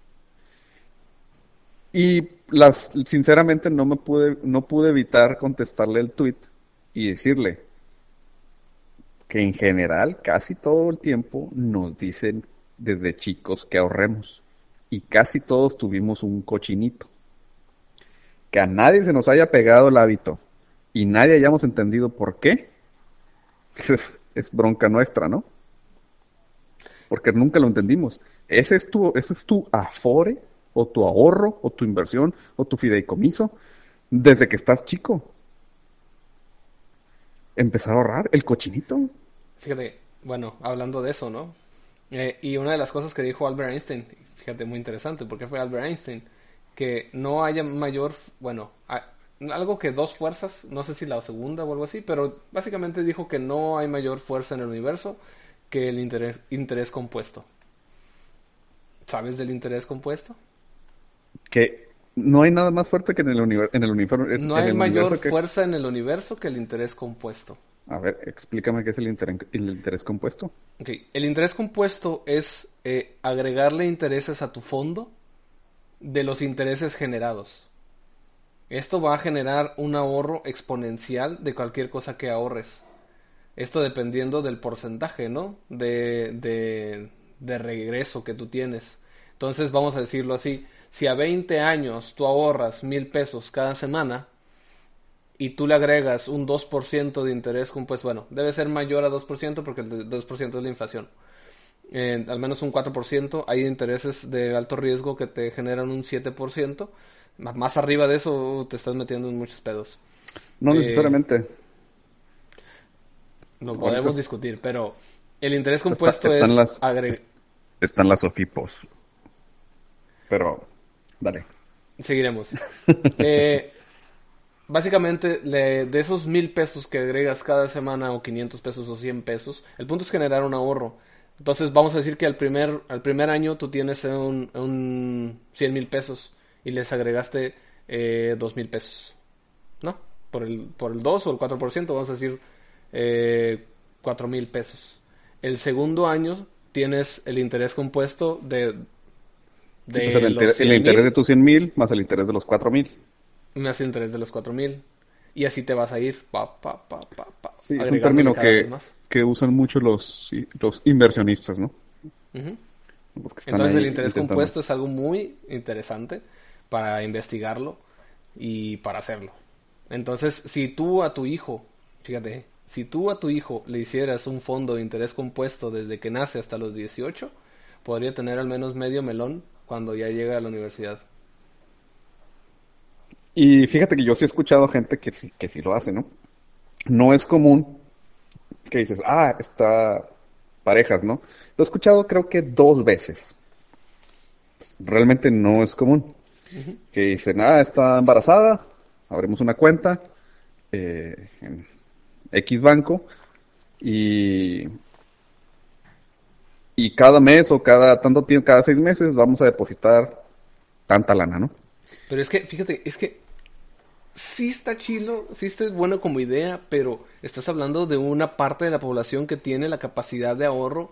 Y sinceramente no pude evitar contestarle el tweet y decirle que en general casi todo el tiempo nos dicen desde chicos que ahorremos. Y casi todos tuvimos un cochinito. Que a nadie se nos haya pegado el hábito y nadie hayamos entendido por qué, es bronca nuestra, ¿no? Porque nunca lo entendimos. Ese es tu afore, o tu ahorro, o tu inversión, o tu fideicomiso, desde que estás chico. Empezar a ahorrar, el cochinito. Fíjate, bueno, hablando de eso, ¿no? Y una de las cosas que dijo Albert Einstein, fíjate, muy interesante, porque fue Albert Einstein, que no haya mayor, bueno, algo que dos fuerzas, no sé si la segunda o algo así, pero básicamente dijo que no hay mayor fuerza en el universo que el interés compuesto. ¿Sabes del interés compuesto? Que no hay nada más fuerte que No en hay el mayor universo que... fuerza en el universo que el interés compuesto. A ver, explícame qué es el interés compuesto. Ok, el interés compuesto es agregarle intereses a tu fondo de los intereses generados. Esto va a generar un ahorro exponencial de cualquier cosa que ahorres. Esto dependiendo del porcentaje, ¿no? De regreso que tú tienes. Entonces vamos a decirlo así. Si a 20 años tú ahorras 1,000 pesos cada semana y tú le agregas un 2% de interés, pues bueno, debe ser mayor a 2% porque el 2% es la inflación. Al menos un 4%. Hay intereses de alto riesgo que te generan un 7%. Más arriba de eso te estás metiendo en muchos pedos. No Eh, necesariamente. lo Ahorita podemos discutir, pero el interés está- compuesto están es las es- agregar. están las OFIPOS. Pero, dale. Seguiremos. Eh, Básicamente, de esos 1,000 pesos que agregas cada semana, o 500 pesos o 100 pesos, el punto es generar un ahorro. Entonces, vamos a decir que al primer año tú tienes un 100,000 pesos y les agregaste 2,000 pesos, ¿no? Por el 2 o el 4%, vamos a decir 4,000 pesos. El segundo año tienes el interés compuesto de, Sí, pues de los el cien interés de mil tus 100,000 más el interés de los 4,000. más el interés de los 4,000. Y así te vas a ir, Sí, es un agregándole término cada vez más. que usan mucho los inversionistas, ¿no? Ujú. los que están Entonces ahí el interés intentando. compuesto es algo muy interesante para investigarlo y para hacerlo. Entonces, si tú a tu hijo, fíjate, si tú a tu hijo le hicieras un fondo de interés compuesto desde que nace hasta los 18, podría tener al menos medio melón cuando ya llega a la universidad. Y fíjate que yo sí he escuchado gente que sí lo hace, ¿no? No es común que dices, está parejas, ¿no? Lo he escuchado creo que 2 veces. Realmente no es común. Ujú. Que dicen, está embarazada, abrimos una cuenta en X banco y, y cada mes o cada tanto tiempo, cada 6 meses vamos a depositar tanta lana, ¿no? Pero es que, fíjate, es que sí está chilo, sí está bueno como idea, pero estás hablando de una parte de la población que tiene la capacidad de ahorro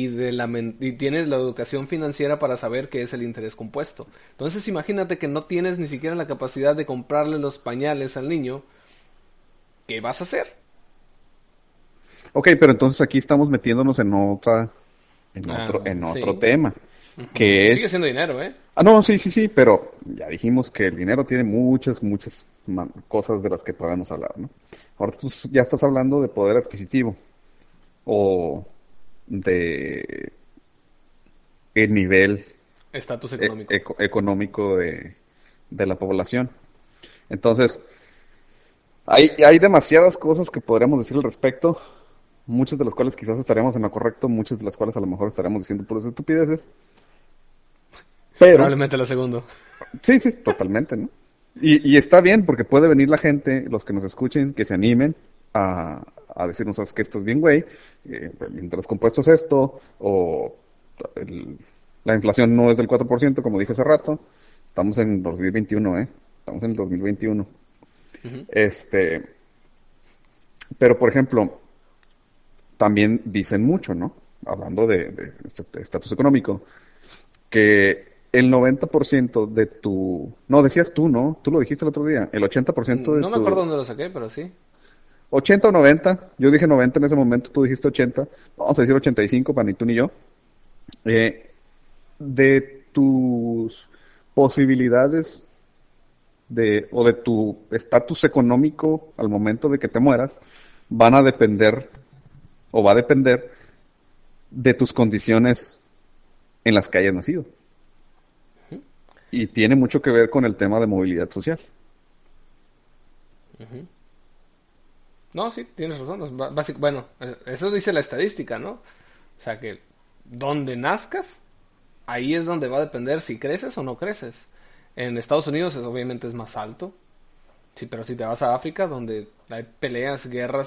y tiene la educación financiera para saber qué es el interés compuesto. Entonces imagínate que no tienes ni siquiera la capacidad de comprarle los pañales al niño, ¿qué vas a hacer? Ok, pero entonces aquí estamos metiéndonos Ah, en otro sí. tema, Ujú. que Sigue es, siendo dinero, ¿eh? no, sí, sí, sí, pero ya dijimos que el dinero tiene muchas cosas de las que podemos hablar, ¿no? Ahora tú ya estás hablando de poder adquisitivo o de el nivel Estatus económico. económico de la población. Entonces, hay demasiadas cosas que podríamos decir al respecto, muchas de las cuales quizás estaremos en lo correcto, muchas de las cuales a lo mejor estaremos diciendo puras estupideces, pero Probablemente lo segundo. sí, sí, totalmente, ¿no? Y está bien porque puede venir la gente, los que nos escuchen, que se animen a decirnos, ¿sabes qué? Esto es bien, güey, entre los compuestos esto, o el- la inflación no es del 4% como dije hace rato, estamos en 2021, ¿eh? Estamos en el 2021. Ujú. Este, pero por ejemplo, también dicen mucho, ¿no? Hablando de este estatus económico, que el 90% de tu... No, decías tú, ¿no? Tú lo dijiste el otro día. El 80% de No me acuerdo tu... dónde lo saqué, pero sí. 80 o 90, yo dije 90 en ese momento, tú dijiste 80, vamos a decir 85 para ni tú ni yo, eh, de tus posibilidades o de tu estatus económico al momento de que te mueras, van a depender o va a depender de tus condiciones en las que hayas nacido. Y tiene mucho que ver con el tema de movilidad social. Ujú. No, sí, tienes razón. Bueno, eso dice la estadística, ¿no? O sea que donde nazcas, ahí es donde va a depender si creces o no creces. En Estados Unidos obviamente es más alto. Sí, pero si te vas a África, donde hay peleas, guerras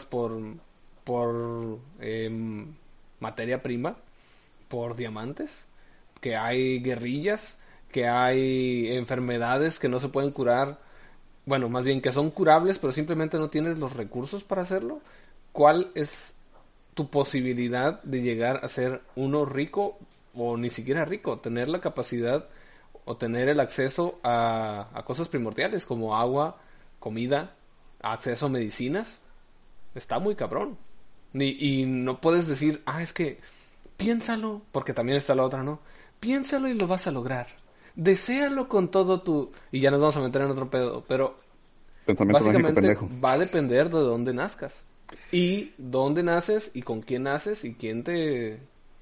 por materia prima, por diamantes, que hay guerrillas, que hay enfermedades que no se pueden curar, bueno, más bien que son curables, pero simplemente no tienes los recursos para hacerlo. ¿Cuál es tu posibilidad de llegar a ser uno rico o ni siquiera rico? Tener la capacidad o tener el acceso a cosas primordiales como agua, comida, acceso a medicinas. Está muy cabrón. Y no puedes decir, es que piénsalo, porque también está la otra, ¿no? Piénsalo y lo vas a lograr. Deséalo con todo tu... Y ya nos vamos a meter en otro pedo, pero Pensamiento mágico básicamente pendejo. va a depender de dónde nazcas. Y dónde naces y con quién naces y quién te...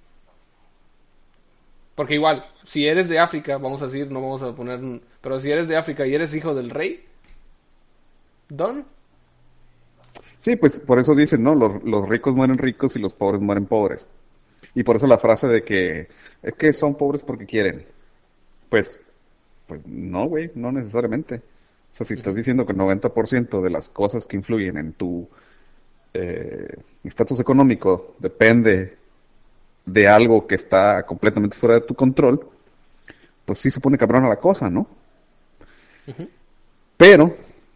Porque igual, si eres de África, vamos a decir, no vamos a poner... Pero si eres de África y eres hijo del rey, don. Sí, pues por eso dicen, ¿no? Los ricos mueren ricos y los pobres mueren pobres. Y por eso la frase de que es que son pobres porque quieren. Pues, pues no, güey, no necesariamente. O sea, si estás Ujú, diciendo que el 90% de las cosas que influyen en tu estatus económico depende de algo que está completamente fuera de tu control, pues sí se pone cabrona la cosa, ¿no? ujú. Pero,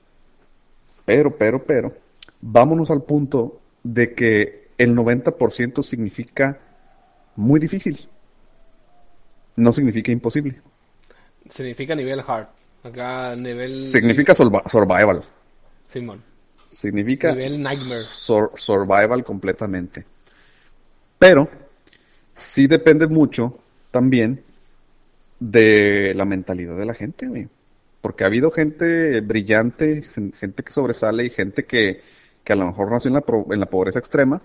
pero, vámonos al punto de que el 90% significa muy difícil, no significa imposible. Significa nivel hard. Acá nivel Significa survival, Simón. significa Nivel nightmare. survival completamente. Pero sí depende mucho. también de la mentalidad de la gente, güey. Porque ha habido gente brillante, gente que sobresale y gente que a lo mejor nació en la pobreza extrema,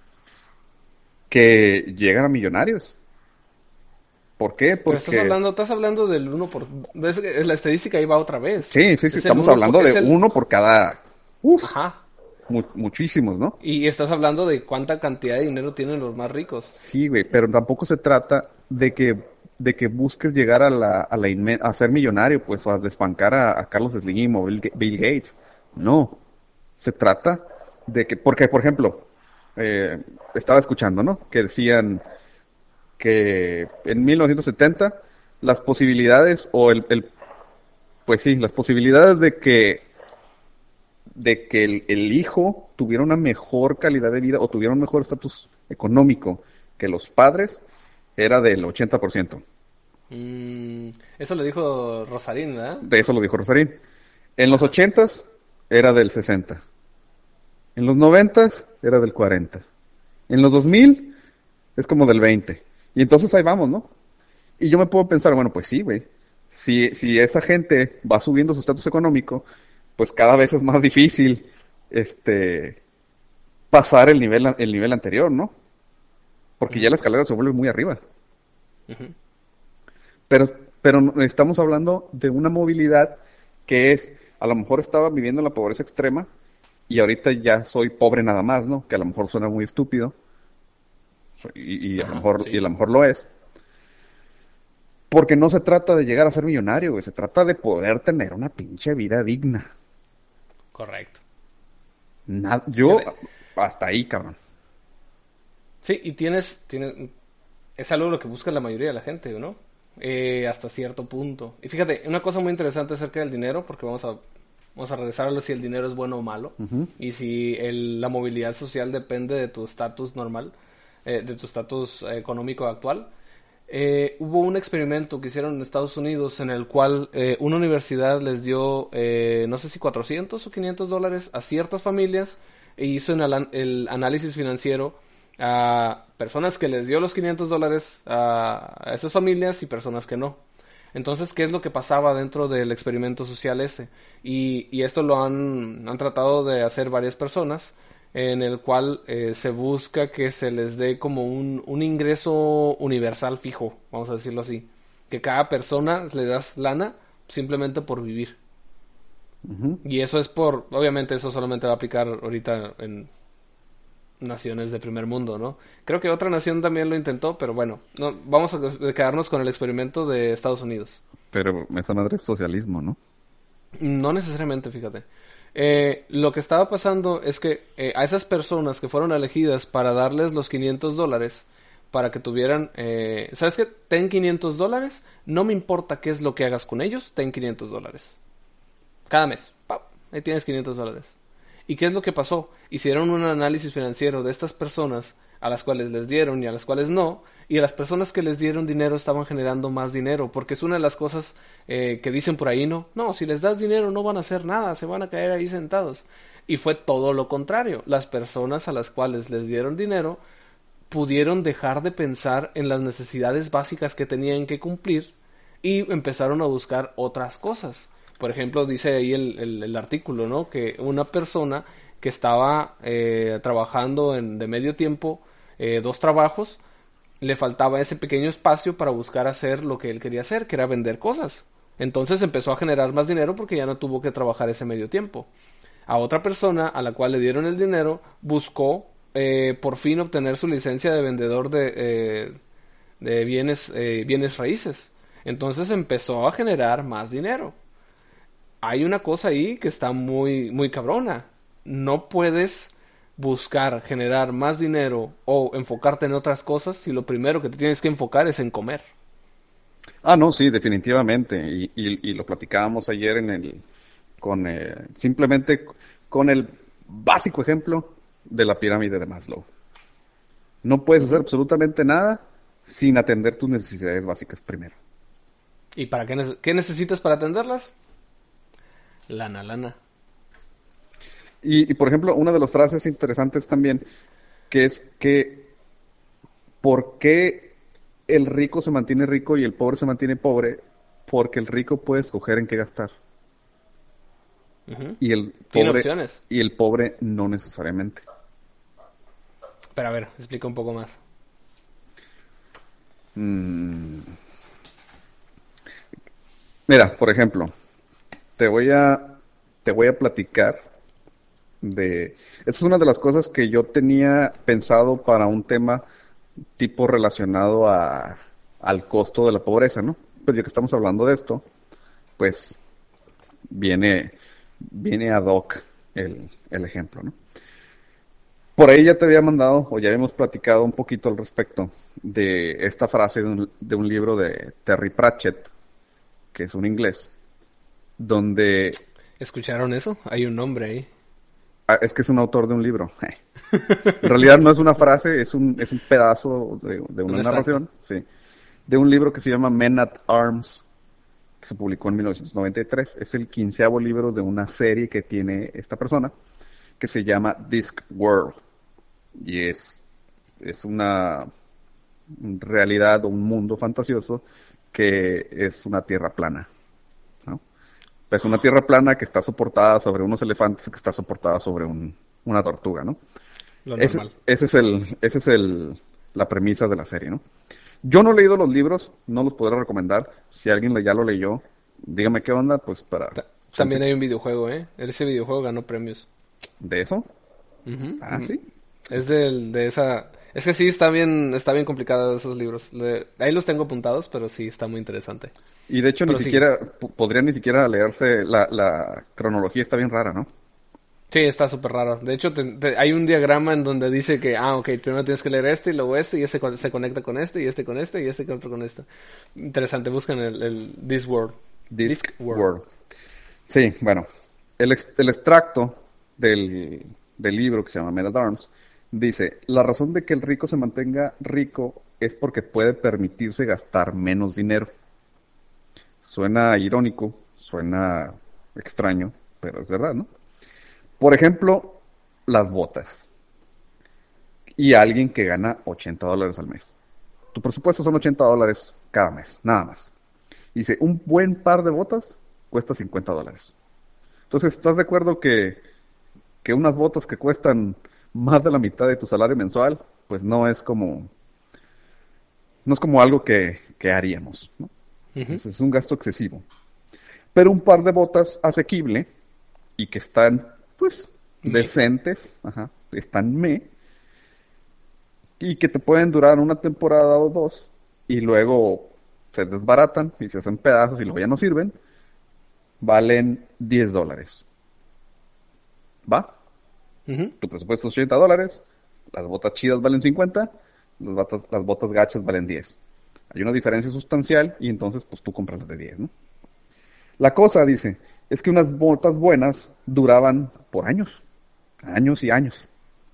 que llegan a millonarios. ¿Por qué? Pero Porque estás hablando del 1 por... La estadística ahí va otra vez. sí, sí, sí, Es el estamos uno por... hablando de Es el... uno por cada, uf, Ajá. muchísimos, ¿no? Y estás hablando de cuánta cantidad de dinero tienen los más ricos. Sí, güey, pero tampoco se trata de que busques llegar a ser millonario, pues, o a desbancar a Carlos Slim o Bill Gates. No, se trata de que, porque, por ejemplo, estaba escuchando, ¿no? Que decían que en 1970 las posibilidades o pues sí, las posibilidades de que el hijo tuviera una mejor calidad de vida o tuviera un mejor estatus económico que los padres era del 80%. Eso lo dijo Rosarín, ¿verdad? De eso lo dijo Rosarín. En los Ajá. 80s era del 60. En los 90s era del 40. En los 2000 es como del 20. Y entonces ahí vamos, ¿no? Y yo me puedo pensar, bueno, pues sí, güey. Si esa gente va subiendo su estatus económico, pues cada vez es más difícil pasar el nivel anterior, ¿no? Porque ya Ujú, la escalera se vuelve muy arriba. ujú. Pero, pero estamos hablando de una movilidad que es, a lo mejor estaba viviendo en la pobreza extrema y ahorita ya soy pobre nada más, ¿no? Que a lo mejor suena muy estúpido y a lo Ajá, mejor, y sí. a lo mejor lo es. Porque no se trata de llegar a ser millonario, güey. Se trata de poder tener una pinche vida digna. Correcto. Yo, Fíjate. hasta ahí, cabrón. Sí, y es algo lo que busca la mayoría de la gente, ¿no? Hasta cierto punto. Y fíjate, una cosa muy interesante acerca del dinero, porque vamos a regresar a si el dinero es bueno o malo, Ujú. y si la movilidad social depende de tu estatus normal, de tu estatus económico actual. Hubo un experimento que hicieron en Estados Unidos en el cual una universidad les dio, no sé si 400 o 500 dólares a ciertas familias e hizo el análisis financiero a personas que les dio los 500 dólares a esas familias y personas que no. Entonces, ¿qué es lo que pasaba dentro del experimento social ese? Y esto lo han tratado de hacer varias personas, en el cual se busca que se les dé como un ingreso universal fijo, vamos a decirlo así. Que cada persona le das lana simplemente por vivir. Ujú. Y eso obviamente eso solamente va a aplicar ahorita en naciones de primer mundo, ¿no? Creo que otra nación también lo intentó, pero bueno, no, vamos a quedarnos con el experimento de Estados Unidos. Pero esa madre es socialismo, ¿no? No necesariamente, fíjate. Lo que estaba pasando es que a esas personas que fueron elegidas para darles los 500 dólares, para que tuvieran, ¿sabes qué? Ten 500 dólares, no me importa qué es lo que hagas con ellos, ten 500 dólares. Cada mes, ¡pap! Ahí tienes 500 dólares. ¿Y qué es lo que pasó? Hicieron un análisis financiero de estas personas a las cuales les dieron y a las cuales no, y a las personas que les dieron dinero estaban generando más dinero, porque es una de las cosas que dicen por ahí, ¿no? No, si les das dinero no van a hacer nada, se van a caer ahí sentados. Y fue todo lo contrario. Las personas a las cuales les dieron dinero pudieron dejar de pensar en las necesidades básicas que tenían que cumplir y empezaron a buscar otras cosas. Por ejemplo, dice ahí el artículo, ¿no? Que una persona que estaba trabajando de medio tiempo, 2 trabajos, le faltaba ese pequeño espacio para buscar hacer lo que él quería hacer, que era vender cosas. Entonces empezó a generar más dinero porque ya no tuvo que trabajar ese medio tiempo. A otra persona a la cual le dieron el dinero buscó por fin obtener su licencia de vendedor de bienes raíces. Entonces empezó a generar más dinero. Hay una cosa ahí que está muy, muy cabrona. No puedes buscar generar más dinero o enfocarte en otras cosas si lo primero que te tienes que enfocar es en comer. Ah, no, sí, definitivamente. Y lo platicábamos ayer simplemente con el básico ejemplo de la pirámide de Maslow. No puedes hacer Ujú. absolutamente nada sin atender tus necesidades básicas primero. ¿Y para qué necesitas para atenderlas? Lana, lana. Por ejemplo, una de las frases interesantes también, que es que, ¿por qué? el rico se mantiene rico y el pobre se mantiene pobre porque el rico puede escoger en qué gastar Ujú. y el Tiene pobre opciones. no necesariamente. Pero a ver, explica un poco más. Mm, Mira, por ejemplo, te voy a te voy a platicar de... Esta es una de las cosas que yo tenía pensado para un tema tipo relacionado al costo de la pobreza, ¿no? Pero ya que estamos hablando de esto, pues viene, viene ad hoc el ejemplo, ¿no? Por ahí ya te había mandado, o ya habíamos platicado un poquito al respecto de esta frase de un libro de Terry Pratchett, que es un inglés, donde ¿Escucharon eso? Hay un nombre ahí. es que es un autor de un libro. En realidad no es una frase, es un pedazo de Un una extracto. narración, sí, de un libro que se llama Men at Arms, que se publicó en 1993. Es el 15º libro de una serie que tiene esta persona, que se llama Discworld. Y es una realidad o un mundo fantasioso que es una tierra plana, ¿no? Es una tierra plana que está soportada sobre unos elefantes, que está soportada sobre una tortuga, ¿no? Lo normal. Ese es la premisa de la serie, ¿no? Yo no he leído los libros, no los podré recomendar. Si alguien ya lo leyó, dígame qué onda, pues para... También hay un videojuego, ¿eh? Ese videojuego ganó premios. ¿De eso? Ujú, Ah, ujú. sí. Es de esa... Es que sí, está bien complicado esos libros. Ahí los tengo apuntados, pero sí, está muy interesante. Y de hecho ni Pero sigue. siquiera, podría ni siquiera leerse, la cronología está bien rara, ¿no? Sí, está súper raro. De hecho, hay un diagrama en donde dice que, ok, primero tienes que leer este y luego este, y ese se conecta con este, y este con este, y este con otro con este. Interesante, buscan el Discworld. Discworld. Discworld. Sí, bueno, el extracto del libro que se llama Men at Arms dice, la razón de que el rico se mantenga rico es porque puede permitirse gastar menos dinero. Suena irónico, suena extraño, pero es verdad, ¿no? Por ejemplo, las botas. Y alguien que gana $80 al mes. Tu presupuesto son $80 cada mes, nada más. Dice, un buen par de botas cuesta $50. Entonces, ¿estás de acuerdo que unas botas que cuestan más de la mitad de tu salario mensual, pues no es como algo que haríamos, ¿no? Ujú. Es un gasto excesivo. Pero un par de botas asequible y que están, pues, Me. decentes, ajá, están y que te pueden durar una temporada o dos, y luego se desbaratan y se hacen pedazos y luego ya no sirven, valen $10. ¿Va? Ujú. Tu presupuesto es $80, las botas chidas valen 50, las botas gachas valen 10. Hay una diferencia sustancial y entonces pues tú compras las de 10, ¿no? La cosa, dice, es que unas botas buenas duraban por años, años y años.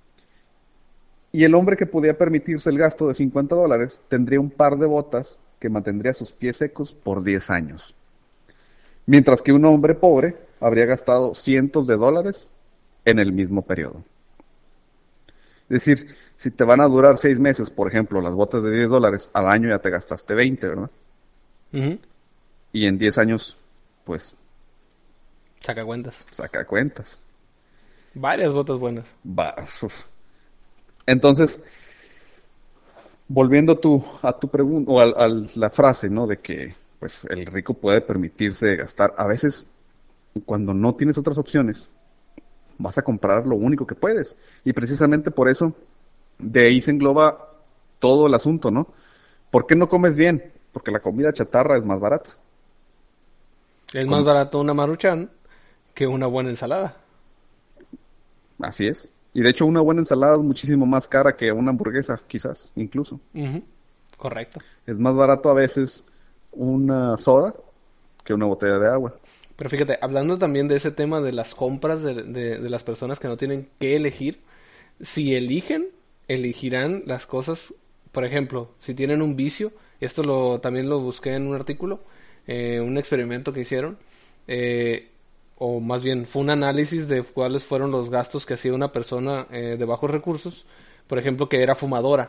Y el hombre que podía permitirse el gasto de $50 tendría un par de botas que mantendría sus pies secos por 10 años. Mientras que un hombre pobre habría gastado cientos de dólares en el mismo periodo. Es decir, si te van a durar 6 meses, por ejemplo, las botas de $10, al año ya te gastaste 20, ¿verdad? Ujú. Y en 10 años, pues, Saca cuentas. saca cuentas. Varias botas buenas. Va, uf. Entonces, volviendo a tu pregunta, o la frase, ¿no? De que, pues, el rico puede permitirse gastar. A veces, cuando no tienes otras opciones, vas a comprar lo único que puedes. Y precisamente por eso, de ahí se engloba todo el asunto, ¿no? ¿Por qué no comes bien? Porque la comida chatarra es más barata. Es más Com- barato una Maruchan que una buena ensalada. Así es. Y de hecho una buena ensalada es muchísimo más cara que una hamburguesa, quizás, incluso. Ujú. Correcto. Es más barato a veces una soda que una botella de agua. Pero fíjate, hablando también de ese tema de las compras de las personas que no tienen que elegir, si eligen, elegirán las cosas, por ejemplo, si tienen un vicio, también lo busqué en un artículo, un experimento que hicieron, o más bien fue un análisis de cuáles fueron los gastos que hacía una persona de bajos recursos, por ejemplo, que era fumadora.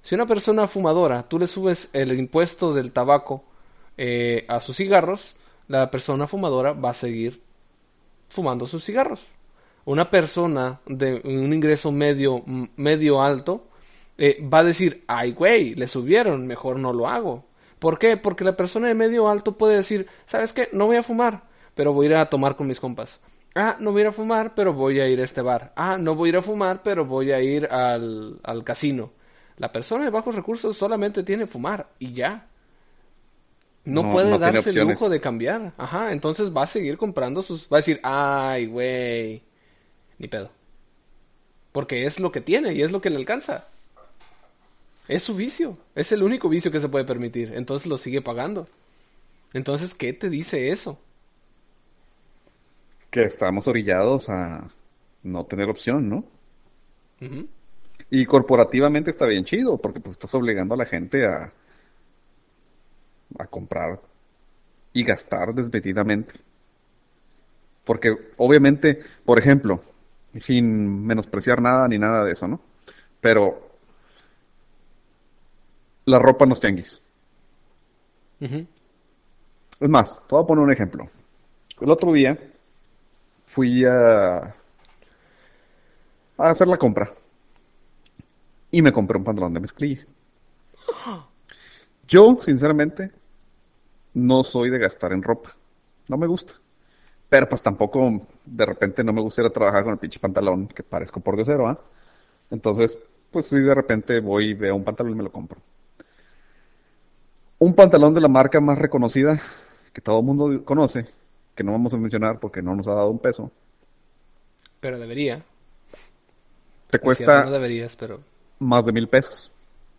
Si una persona fumadora, tú le subes el impuesto del tabaco a sus cigarros, la persona fumadora va a seguir fumando sus cigarros. Una persona de un ingreso medio alto va a decir, ay güey, le subieron, mejor no lo hago. ¿Por qué? Porque la persona de medio alto puede decir, ¿sabes qué? No voy a fumar, pero voy a ir a tomar con mis compas. Ah, no voy a ir a fumar, pero voy a ir a este bar. Ah, no voy a ir a fumar, pero voy a ir al casino. La persona de bajos recursos solamente tiene fumar y ya. No No, puede no tiene darse el lujo opciones. de cambiar. Ajá, entonces va a seguir comprando sus... Va a decir, ay, güey, ni pedo. Porque es lo que tiene y es lo que le alcanza. Es su vicio. Es el único vicio que se puede permitir. Entonces lo sigue pagando. Entonces, ¿qué te dice eso? Que estamos orillados a no tener opción, ¿no? Ujú. Y corporativamente está bien chido, porque pues estás obligando a la gente a comprar y gastar desmedidamente. Porque obviamente, por ejemplo, sin menospreciar nada ni nada de eso, ¿no? Pero la ropa en los tianguis. Ujú. Es más, te voy a poner un ejemplo. El otro día fui a hacer la compra y me compré un pantalón de mezclilla. Yo, sinceramente, no soy de gastar en ropa. No me gusta. Pero pues tampoco de repente no me gusta ir a trabajar con el pinche pantalón que parezco por diosero, ¿ah? Entonces, pues sí, de repente voy y veo un pantalón y me lo compro. Un pantalón de la marca más reconocida que todo el mundo conoce, que no vamos a mencionar porque no nos ha dado un peso, Pero debería. te Es cierto, no cuesta deberías, pero... más de 1,000 pesos.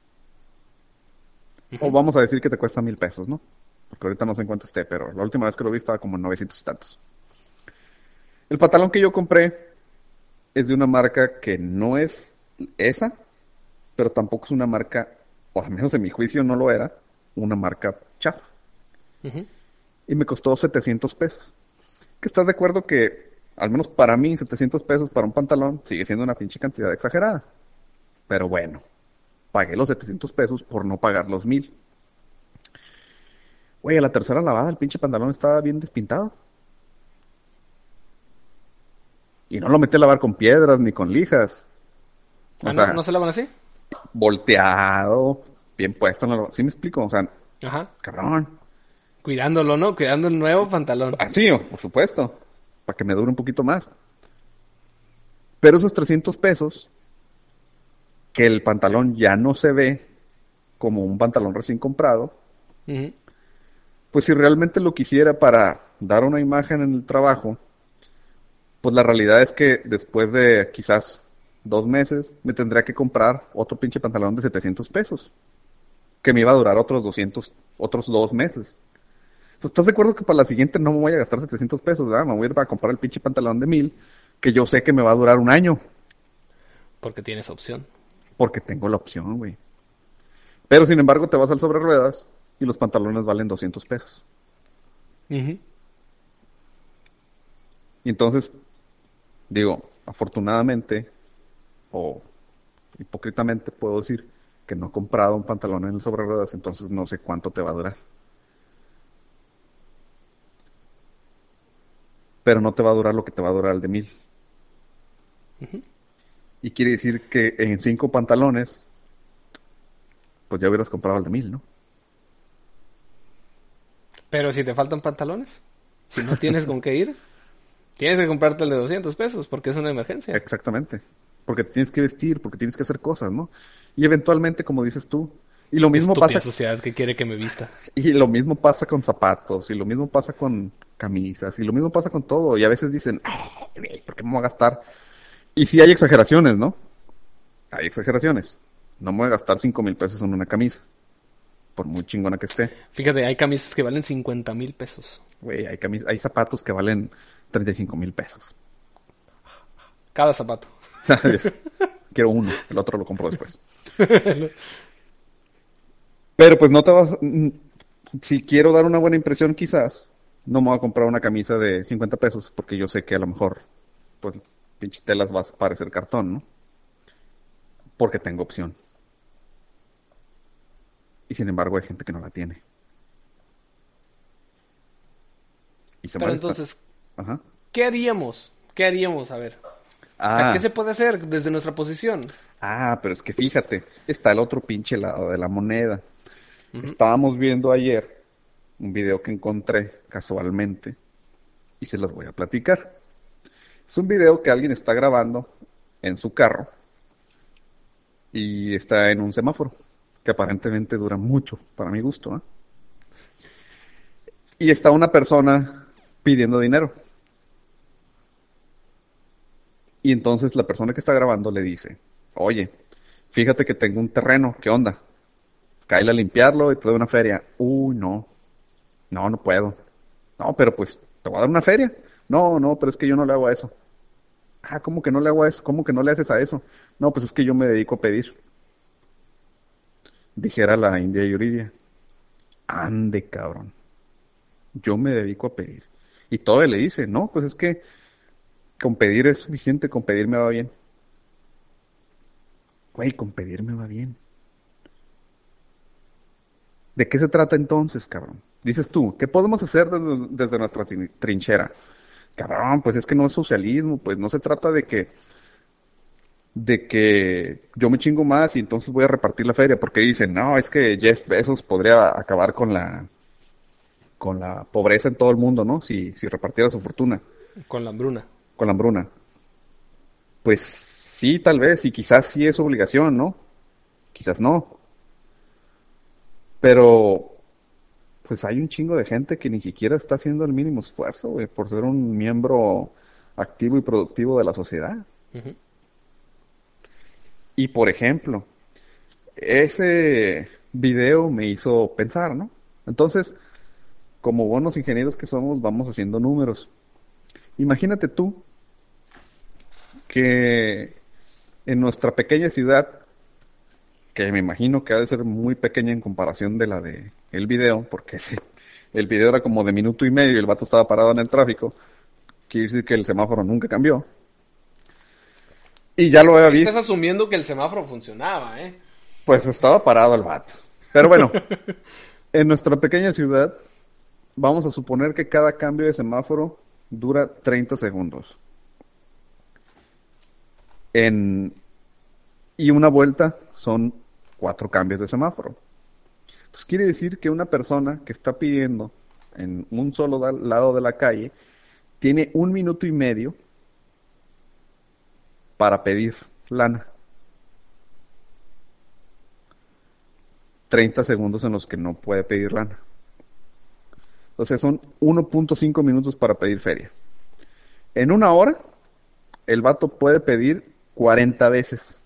O Ujú. vamos a decir que te cuesta 1,000 pesos, ¿no? Porque ahorita no sé en cuánto esté, pero la última vez que lo vi estaba como en 900 y tantos. El pantalón que yo compré es de una marca que no es esa, pero tampoco es una marca, o al menos en mi juicio no lo era, una marca chafa. Ujú. Y me costó 700 pesos. ¿Que estás de acuerdo que, al menos para mí, 700 pesos para un pantalón sigue siendo una pinche cantidad exagerada? Pero bueno, pagué los 700 pesos por no pagar los 1,000. Güey, a la tercera lavada el pinche pantalón estaba bien despintado. Y no lo metí a lavar con piedras ni con lijas. Ah, O ¿no? sea, ¿No se lavan así? volteado, bien puesto en la... ¿Sí me explico? O sea, Ajá. cabrón. Cuidándolo, ¿no? Cuidando el nuevo pantalón. Así, por supuesto. Para que me dure un poquito más. Pero esos 300 pesos, que el pantalón ya no se ve como un pantalón recién comprado, Ujú. pues si realmente lo quisiera para dar una imagen en el trabajo, pues la realidad es que después de quizás 2 meses me tendría que comprar otro pinche pantalón de 700 pesos, que me iba a durar otros 200, otros 2 meses. O sea, ¿estás de acuerdo que para la siguiente no me voy a gastar 700 pesos, ¿verdad? Me voy a ir a comprar el pinche pantalón de 1,000, que yo sé que me va a durar un año, Porque tienes opción. porque tengo la opción, güey. Pero sin embargo te vas al sobre ruedas y los pantalones valen 200 pesos. Ujú. Y entonces, digo, afortunadamente, o hipócritamente puedo decir que no he comprado un pantalón en el sobre ruedas, entonces no sé cuánto te va a durar. Pero no te va a durar lo que te va a durar el de 1,000. Y quiere decir que en 5 pantalones, pues ya hubieras comprado el de 1,000, ¿no? Pero si te faltan pantalones, si no tienes con qué ir, tienes que comprarte el de 200 pesos porque es una emergencia. Exactamente. Porque te tienes que vestir, porque tienes que hacer cosas, ¿no? Y eventualmente, como dices tú, y lo mismo Estúpida pasa, sociedad que quiere que me vista. y lo mismo pasa con zapatos, y lo mismo pasa con camisas, y lo mismo pasa con todo. Y a veces dicen, "Ay, ¿por qué me voy a gastar?" Y sí hay exageraciones, ¿no? Hay exageraciones. No me voy a gastar 5,000 pesos en una camisa, por muy chingona que esté. Fíjate, hay camisas que valen 50,000 pesos. Güey, hay zapatos que valen 35,000 pesos. Cada zapato. Quiero uno, el otro lo compro después. Pero pues no te vas... Si quiero dar una buena impresión, quizás, no me voy a comprar una camisa de 50 pesos, porque yo sé que a lo mejor, pues, pinches telas va a parecer cartón, ¿no? Porque tengo opción. Y sin embargo hay gente que no la tiene. Y se Pero molesta. entonces, Ajá. ¿qué haríamos? ¿Qué haríamos? A ver. O sea, ¿qué Ah, se puede hacer desde nuestra posición? pero es que fíjate, está el otro pinche lado de la moneda. Ujú. Estábamos viendo ayer un video que encontré casualmente y se los voy a platicar. Es un video que alguien está grabando en su carro y está en un semáforo, que aparentemente dura mucho, para mi gusto, ¿eh? Y está una persona pidiendo dinero. Y entonces la persona que está grabando le dice, oye, fíjate que tengo un terreno, ¿qué onda? Cáele a limpiarlo y te doy una feria. Uy, no, no puedo. No, pero pues, ¿te voy a dar una feria? No, no, pero es que yo no le hago a eso. Ah, ¿cómo que no le hago a eso? ¿Cómo que no le haces a eso? No, pues es que yo me dedico a pedir. Dijera la India Yuridia. Ande, cabrón. Yo me dedico a pedir. Y todo le dice, no, pues es que con pedir es suficiente, con pedir me va bien. Güey, con pedir me va bien. ¿De qué se trata entonces, cabrón? Dices tú, ¿qué podemos hacer desde nuestra trinchera? Cabrón, pues es que no es socialismo, pues no se trata de que yo me chingo más y entonces voy a repartir la feria, porque dicen, no, es que Jeff Bezos podría acabar con la pobreza en todo el mundo, ¿no? Si repartiera su fortuna Con la hambruna. con la hambruna. Pues sí, tal vez, y quizás sí es obligación, ¿no? Quizás no. Pero, pues hay un chingo de gente que ni siquiera está haciendo el mínimo esfuerzo, güey, por ser un miembro activo y productivo de la sociedad. Ujú. Y por ejemplo, ese video me hizo pensar, ¿no? Entonces, como buenos ingenieros que somos, vamos haciendo números. Imagínate tú que en nuestra pequeña ciudad, que me imagino que ha de ser muy pequeña en comparación de la de el video, porque el video era como de minuto y medio y el vato estaba parado en el tráfico, quiere decir que el semáforo nunca cambió. Y ya lo había Ahí estás visto, asumiendo que el semáforo funcionaba, ¿eh? pues estaba parado el vato. Pero bueno, en nuestra pequeña ciudad, vamos a suponer que cada cambio de semáforo dura 30 segundos. En, y una vuelta son 4 cambios de semáforo. Entonces quiere decir que una persona que está pidiendo en un solo lado de la calle tiene 1 minuto y medio para pedir lana. 30 segundos en los que no puede pedir lana. Entonces son 1.5 minutos para pedir feria. En una hora, el vato puede pedir 40 veces.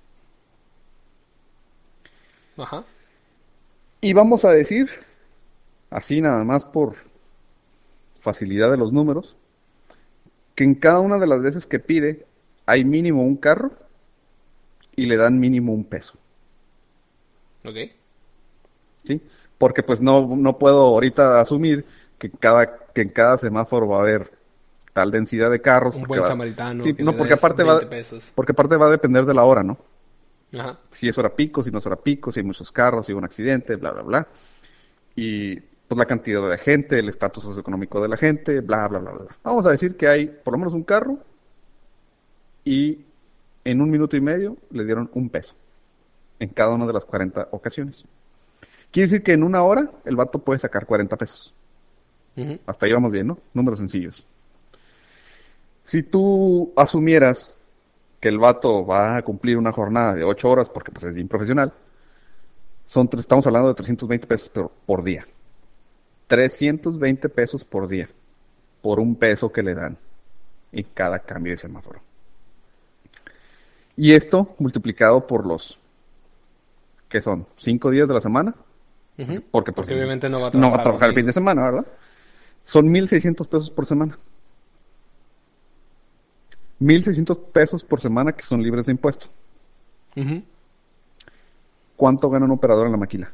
Ajá. Y vamos a decir, así nada más por facilidad de los números, que en cada una de las veces que pide hay mínimo un carro y le dan mínimo un peso. Ok. ¿Sí? Porque pues no puedo ahorita asumir que en cada semáforo va a haber tal densidad de carros, Un porque buen va, samaritano sí, que no, le porque des aparte 20 pesos. porque aparte va a depender de la hora, ¿no? Ajá. Si es hora pico, si no es hora pico, si hay muchos carros, si hay un accidente, bla, bla, bla. Y pues la cantidad de gente, el estatus socioeconómico de la gente, bla, bla, bla, bla. Vamos a decir que hay por lo menos un carro y en 1 minuto y medio le dieron un peso en cada una de las 40 ocasiones. Quiere decir que en una hora el vato puede sacar 40 pesos. Ujú. Hasta ahí vamos bien, ¿no? Números sencillos. Si tú asumieras que el vato va a cumplir una jornada de 8 horas, porque pues es bien profesional, estamos hablando de 320 pesos por día. 320 pesos por día, por un peso que le dan en cada cambio de semáforo. Y esto multiplicado por los, que son 5 días de la semana, Ujú. porque pues Porque obviamente no va a no va a trabajar trabajar el los fin de fines. semana, ¿verdad? Son 1,600 pesos por semana. 1,600 pesos por semana que son libres de impuesto. Ujú. ¿Cuánto gana un operador en la maquila?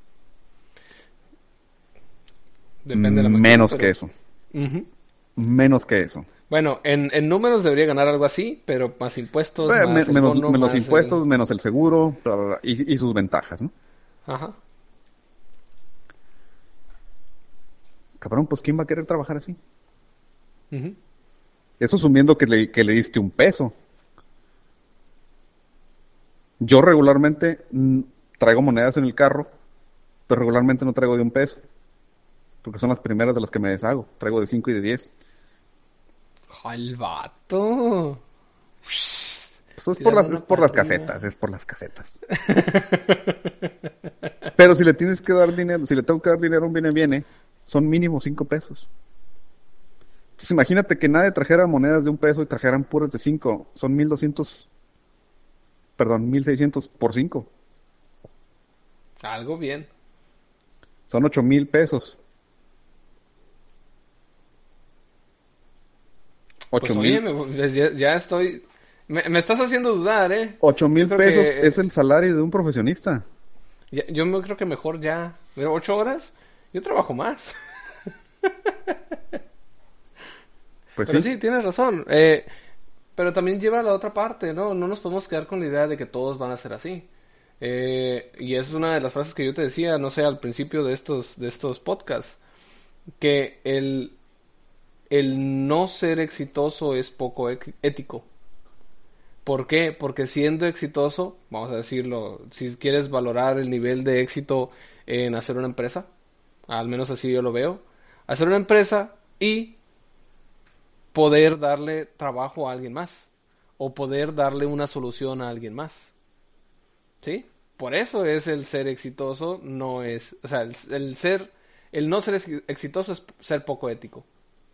Depende de la máquina, Menos pero... que eso. Ujú. Menos que eso. Bueno, en números debería ganar algo así, pero más impuestos, más el Menos, bono, menos más el... impuestos, menos el seguro, bla, bla, bla, y sus ventajas, ¿no? Ajá. cabrón, pues ¿quién va a querer trabajar así? Ujú. Eso asumiendo que le diste un peso. Yo regularmente traigo monedas en el carro, pero regularmente no traigo de un peso, porque son las primeras de las que me deshago. Traigo de 5 y de 10. ¡Al vato! Pues es por las, Tirando es una por las parrilla. casetas, es por las casetas. Pero si le tienes que dar dinero, si le tengo que dar dinero a un viene, son mínimo 5 pesos. Entonces imagínate que nadie trajera monedas de un peso y trajeran puras de 5. Son 1200, perdón, 1600 por 5. Algo bien. Son 8000 pesos. Pues 8 oye, mil, pues, ya estoy... Me estás haciendo dudar, ¿eh? 8 Yo mil creo pesos que... es el salario de un profesionista. yo me creo que mejor ya... Mira, 8 horas. Yo trabajo más. Pues Pero sí, sí, tienes razón. Pero también lleva a la otra parte, ¿no? No nos podemos quedar con la idea de que todos van a ser así. Y es una de las frases que yo te decía, no sé, al principio de estos podcasts, que el no ser exitoso es poco ético. ¿Por qué? Porque siendo exitoso, vamos a decirlo, si quieres valorar el nivel de éxito en hacer una empresa, al menos así yo lo veo, hacer una empresa y poder darle trabajo a alguien más o poder darle una solución a alguien más. ¿Sí? Por eso es el ser exitoso, no es, o sea, el no ser exitoso es ser poco ético.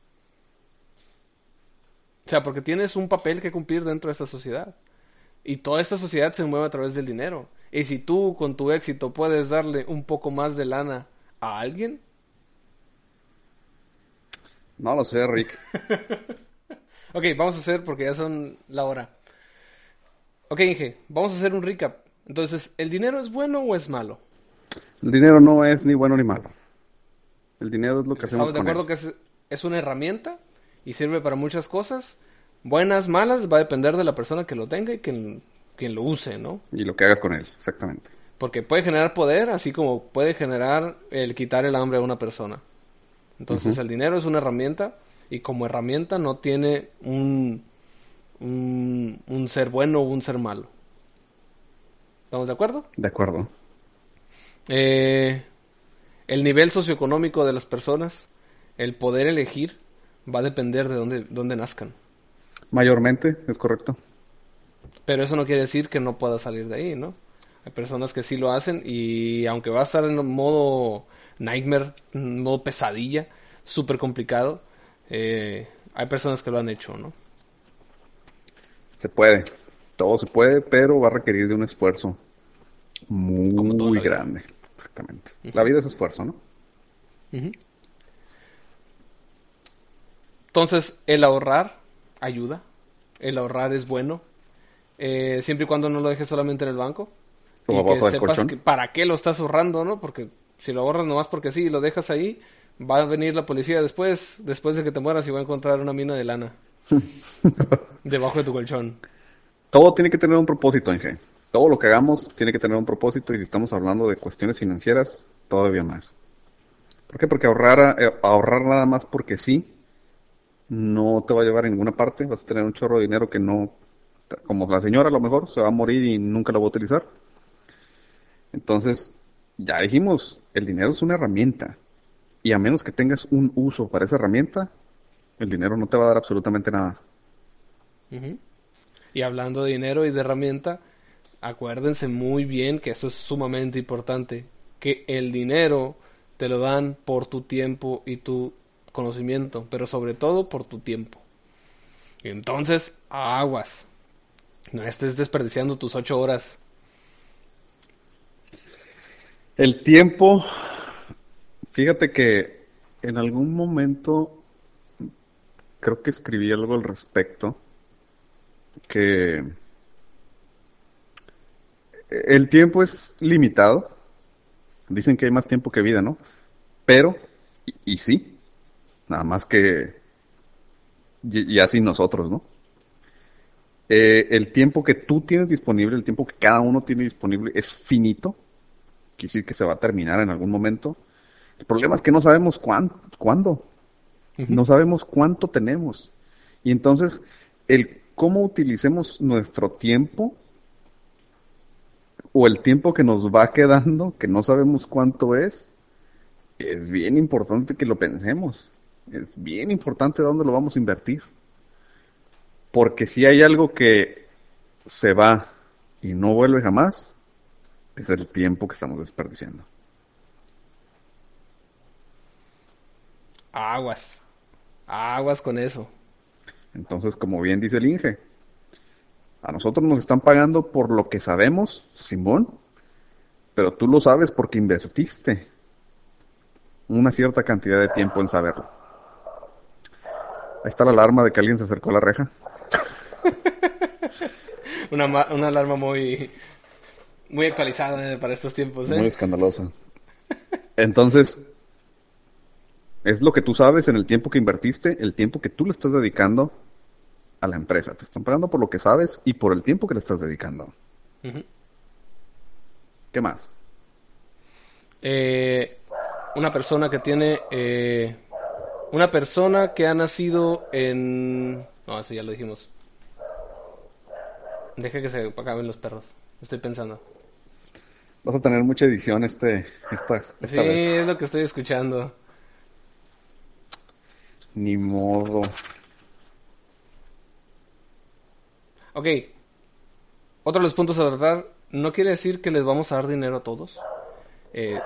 O sea, porque tienes un papel que cumplir dentro de esta sociedad. Y toda esta sociedad se mueve a través del dinero. Y si tú con tu éxito puedes darle un poco más de lana a alguien, no lo sé, Rick. ok, vamos a hacer porque ya son la hora. Ok, Inge, vamos a hacer un recap. Entonces, ¿el dinero es bueno o es malo? El dinero no es ni bueno ni malo. El dinero es lo que hacemos Estamos de con él acuerdo que es una herramienta y sirve para muchas cosas. Buenas, malas, va a depender de la persona que lo tenga y quien lo use, ¿no? y lo que hagas con él, exactamente. Porque puede generar poder, así como puede generar el quitar el hambre a una persona. Entonces, Ujú. el dinero es una herramienta y como herramienta no tiene un ser bueno o un ser malo. ¿Estamos de acuerdo? De acuerdo. Eh, el nivel socioeconómico de las personas, el poder elegir, va a depender de dónde nazcan. Mayormente, es correcto. Pero eso no quiere decir que no pueda salir de ahí, ¿no? Hay personas que sí lo hacen y aunque va a estar en modo nightmare, en modo pesadilla, súper complicado, hay personas que lo han hecho, ¿no? Se puede. Todo se puede, pero va a requerir de un esfuerzo Como toda muy la vida. grande. Exactamente. La vida es esfuerzo, ¿no? Ujú. Entonces, el ahorrar ayuda, el ahorrar es bueno, siempre y cuando no lo dejes solamente en el banco O y que abajo del sepas colchón. para qué lo estás ahorrando, ¿no? Porque si lo ahorras nomás porque sí y lo dejas ahí, va a venir la policía después de que te mueras y va a encontrar una mina de lana debajo de tu colchón. Todo tiene que tener un propósito, Inge. Todo lo que hagamos tiene que tener un propósito y si estamos hablando de cuestiones financieras, todavía más. ¿Por qué? Porque ahorrar nada más porque sí no te va a llevar a ninguna parte. Vas a tener un chorro de dinero que no, como la señora a lo mejor, se va a morir y nunca lo va a utilizar. Entonces, ya dijimos, el dinero es una herramienta. Y a menos que tengas un uso para esa herramienta, el dinero no te va a dar absolutamente nada. Ujú. Y hablando de dinero y de herramienta, acuérdense muy bien que esto es sumamente importante, que el dinero te lo dan por tu tiempo y tu conocimiento, pero sobre todo por tu tiempo. Entonces, aguas. No estés desperdiciando tus 8 horas. El tiempo, fíjate que en algún momento creo que escribí algo al respecto, que el tiempo es limitado. Dicen que hay más tiempo que vida, ¿no? Pero, y sí, nada más que, y así nosotros, ¿no? El tiempo que tú tienes disponible, el tiempo que cada uno tiene disponible es finito, quiere decir que se va a terminar en algún momento. El problema es que no sabemos cuándo, Ujú. no sabemos cuánto tenemos. Y entonces, el cómo utilicemos nuestro tiempo o el tiempo que nos va quedando, que no sabemos cuánto es bien importante que lo pensemos. Es bien importante dónde lo vamos a invertir. Porque si hay algo que se va y no vuelve jamás, es el tiempo que estamos desperdiciando. Aguas. Aguas con eso. Entonces, como bien dice el Inge, a nosotros nos están pagando por lo que sabemos, Simón, pero tú lo sabes porque invertiste una cierta cantidad de tiempo en saberlo. Ahí está la alarma de que alguien se acercó a la reja. Una alarma muy actualizada para estos tiempos, Muy ¿eh? escandalosa. Entonces, es lo que tú sabes en el tiempo que invertiste, el tiempo que tú le estás dedicando a la empresa. Te están pagando por lo que sabes y por el tiempo que le estás dedicando. Ujú. ¿Qué más? Eh, una persona que tiene... una persona que ha nacido en... No, eso ya lo dijimos. Deja que se acaben los perros. Estoy pensando. Vas a tener mucha edición Sí, esta vez. es lo que estoy escuchando. Ni modo. Ok, otro de los puntos a tratar. No quiere decir que les vamos a dar dinero a todos. Eh,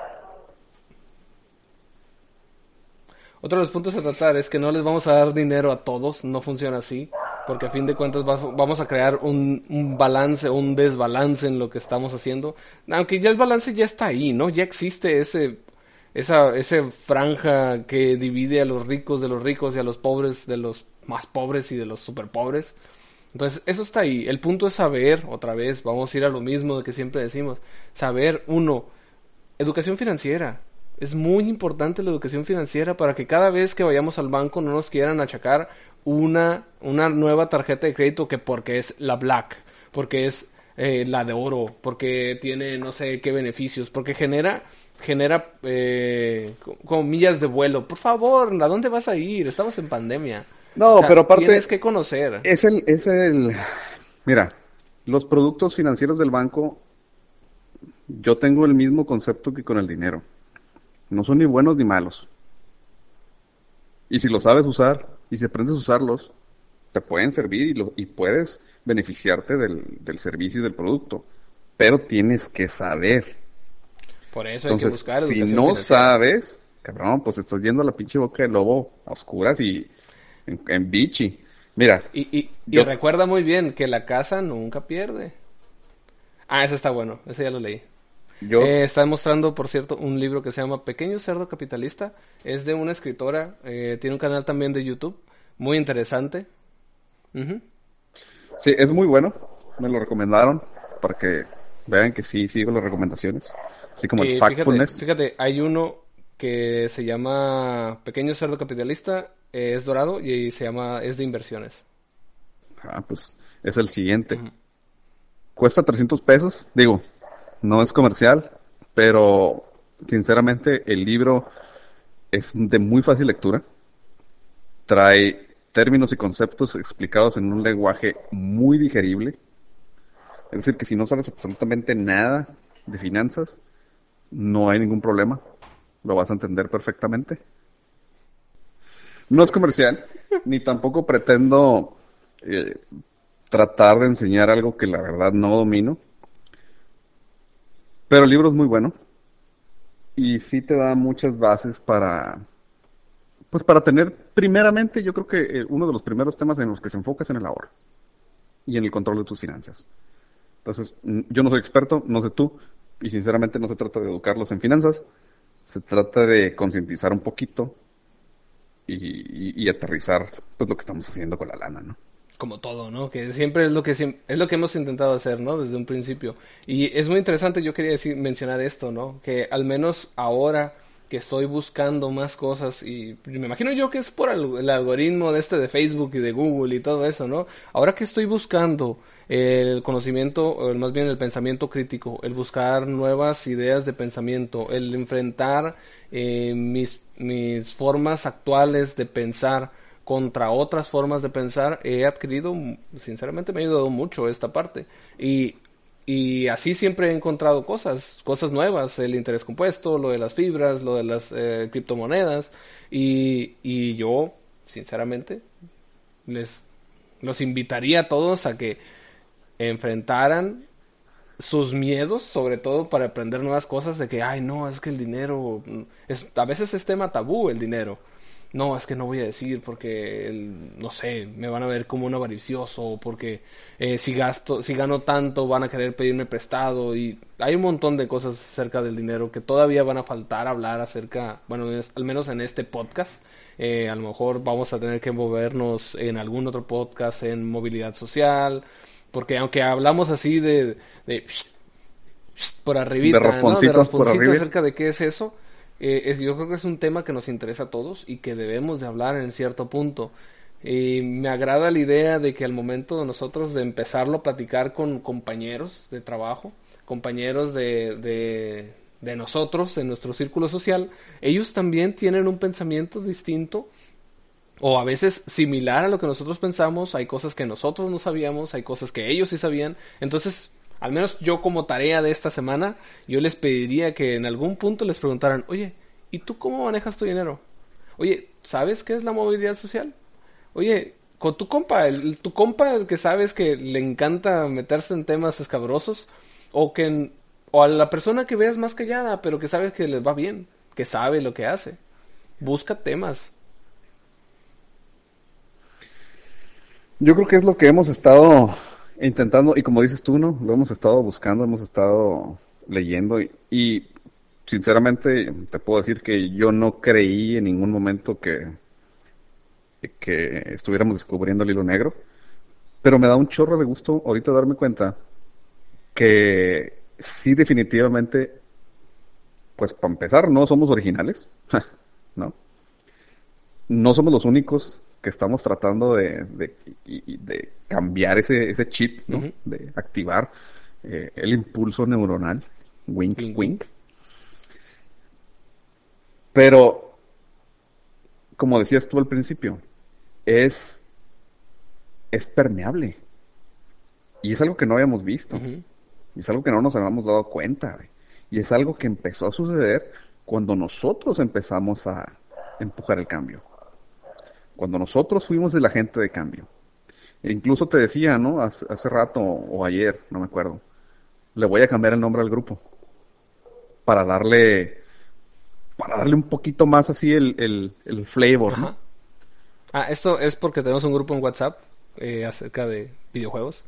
Otro de los puntos a tratar es que no les vamos a dar dinero a todos, no funciona así, porque a fin de cuentas vamos a crear un balance, un desbalance en lo que estamos haciendo, aunque ya el balance ya está ahí, ¿no? Ya existe ese franja que divide a los ricos de los ricos y a los pobres de los más pobres y de los super pobres. Entonces, eso está ahí. El punto es saber, otra vez, vamos a ir a lo mismo de que siempre decimos, saber, uno, educación financiera. Es muy importante la educación financiera para que cada vez que vayamos al banco no nos quieran achacar una nueva tarjeta de crédito que porque es la Black, porque es la de oro, porque tiene no sé qué beneficios, porque genera como millas de vuelo. Por favor, ¿a dónde vas a ir? Estamos en pandemia. O No, sea, pero tienes aparte, que conocer. mira, los productos financieros del banco, yo tengo el mismo concepto que con el dinero. No son ni buenos ni malos. Y si lo sabes usar y si aprendes a usarlos, te pueden servir y puedes beneficiarte del servicio y del producto. Pero tienes que saber. Por eso hay que Entonces, buscar si educación no financiera. sabes, cabrón, pues estás yendo a la pinche boca del lobo a oscuras y en bichi. Mira, Y yo, recuerda muy bien que la casa nunca pierde. Ah, ese está bueno, ese ya lo leí. yo, Está mostrando, por cierto, un libro que se llama Pequeño Cerdo Capitalista. Es de una escritora, tiene un canal también de YouTube, muy interesante. Ujú. sí, es muy bueno. Me lo recomendaron para que vean que sí sigo las recomendaciones. Así como el Y fíjate, Factfulness. fíjate, hay uno que se llama Pequeño Cerdo Capitalista, es dorado y es de inversiones. Ah, pues es el siguiente. Ujú. Cuesta 300 pesos. Digo, no es comercial, pero sinceramente el libro es de muy fácil lectura. Trae términos y conceptos explicados en un lenguaje muy digerible. Es decir, que si no sabes absolutamente nada de finanzas, no hay ningún problema. Lo vas a entender perfectamente. No es comercial, ni tampoco pretendo eh, tratar de enseñar algo que la verdad no domino. Pero el libro es muy bueno y sí te da muchas bases pues para tener, primeramente, yo creo que uno de los primeros temas en los que se enfoca es en el ahorro y en el control de tus finanzas. Entonces, yo no soy experto, no sé tú, y sinceramente no se trata de educarlos en finanzas, se trata de concientizar un poquito y aterrizar pues lo que estamos haciendo con la lana, ¿no? Como todo, ¿no? Que siempre es es lo que hemos intentado hacer, ¿no? Desde un principio. Y es muy interesante, yo quería mencionar esto, ¿no? Que al menos ahora que estoy buscando más cosas y me imagino yo que es por el algoritmo de Facebook y de Google y todo eso, ¿no? Ahora que estoy buscando el conocimiento, o más bien el pensamiento crítico, el buscar nuevas ideas de pensamiento, el enfrentar mis formas actuales de pensar contra otras formas de pensar, he adquirido, sinceramente me ha ayudado mucho esta parte. Y así siempre he encontrado cosas nuevas, el interés compuesto, lo de las fibras, lo de las criptomonedas, y yo, sinceramente, los invitaría a todos a que enfrentaran sus miedos, sobre todo para aprender nuevas cosas de que, ay, no, es que el dinero, a veces es tema tabú el dinero. No, es que no voy a decir porque, no sé, me van a ver como un avaricioso, o porque si gano tanto van a querer pedirme prestado, y hay un montón de cosas acerca del dinero que todavía van a faltar hablar acerca, bueno, al menos en este podcast. A lo mejor vamos a tener que movernos en algún otro podcast en movilidad social, porque aunque hablamos así de por arribita, ¿no? De rasponcito acerca de qué es eso. Yo creo que es un tema que nos interesa a todos y que debemos de hablar en cierto punto. Me agrada la idea de que al momento de nosotros de empezarlo a platicar con compañeros de trabajo, compañeros de nosotros, de nuestro círculo social, ellos también tienen un pensamiento distinto o a veces similar a lo que nosotros pensamos. Hay cosas que nosotros no sabíamos, hay cosas que ellos sí sabían. Entonces, al menos yo como tarea de esta semana, yo les pediría que en algún punto les preguntaran, oye, ¿y tú cómo manejas tu dinero? Oye, ¿sabes qué es la movilidad social? Oye, con tu compa, tu compa que sabes que le encanta meterse en temas escabrosos, o a la persona que veas más callada, pero que sabes que les va bien, que sabe lo que hace. Busca temas. Yo creo que es lo que hemos estado intentando, y como dices tú, ¿no? Lo hemos estado buscando, hemos estado leyendo, y sinceramente te puedo decir que yo no creí en ningún momento que estuviéramos descubriendo el hilo negro, pero me da un chorro de gusto ahorita darme cuenta que sí, definitivamente, pues para empezar, no somos originales, ¿no? No somos los únicos que estamos tratando de cambiar ese chip, ¿no? Uh-huh. De activar el impulso neuronal, wink, Wink, wink. Pero, como decías tú al principio, es, es permeable. Y es algo que no habíamos visto. Uh-huh. Y es algo que no nos habíamos dado cuenta. Güey. Y es algo que empezó a suceder cuando nosotros empezamos a empujar el cambio. Cuando nosotros fuimos el agente de cambio. E incluso te decía, ¿no? Hace rato o ayer, no me acuerdo. Le voy a cambiar el nombre al grupo. Para darle un poquito más así el flavor, ¿no? Ajá. Ah, esto es porque tenemos un grupo en WhatsApp acerca de videojuegos.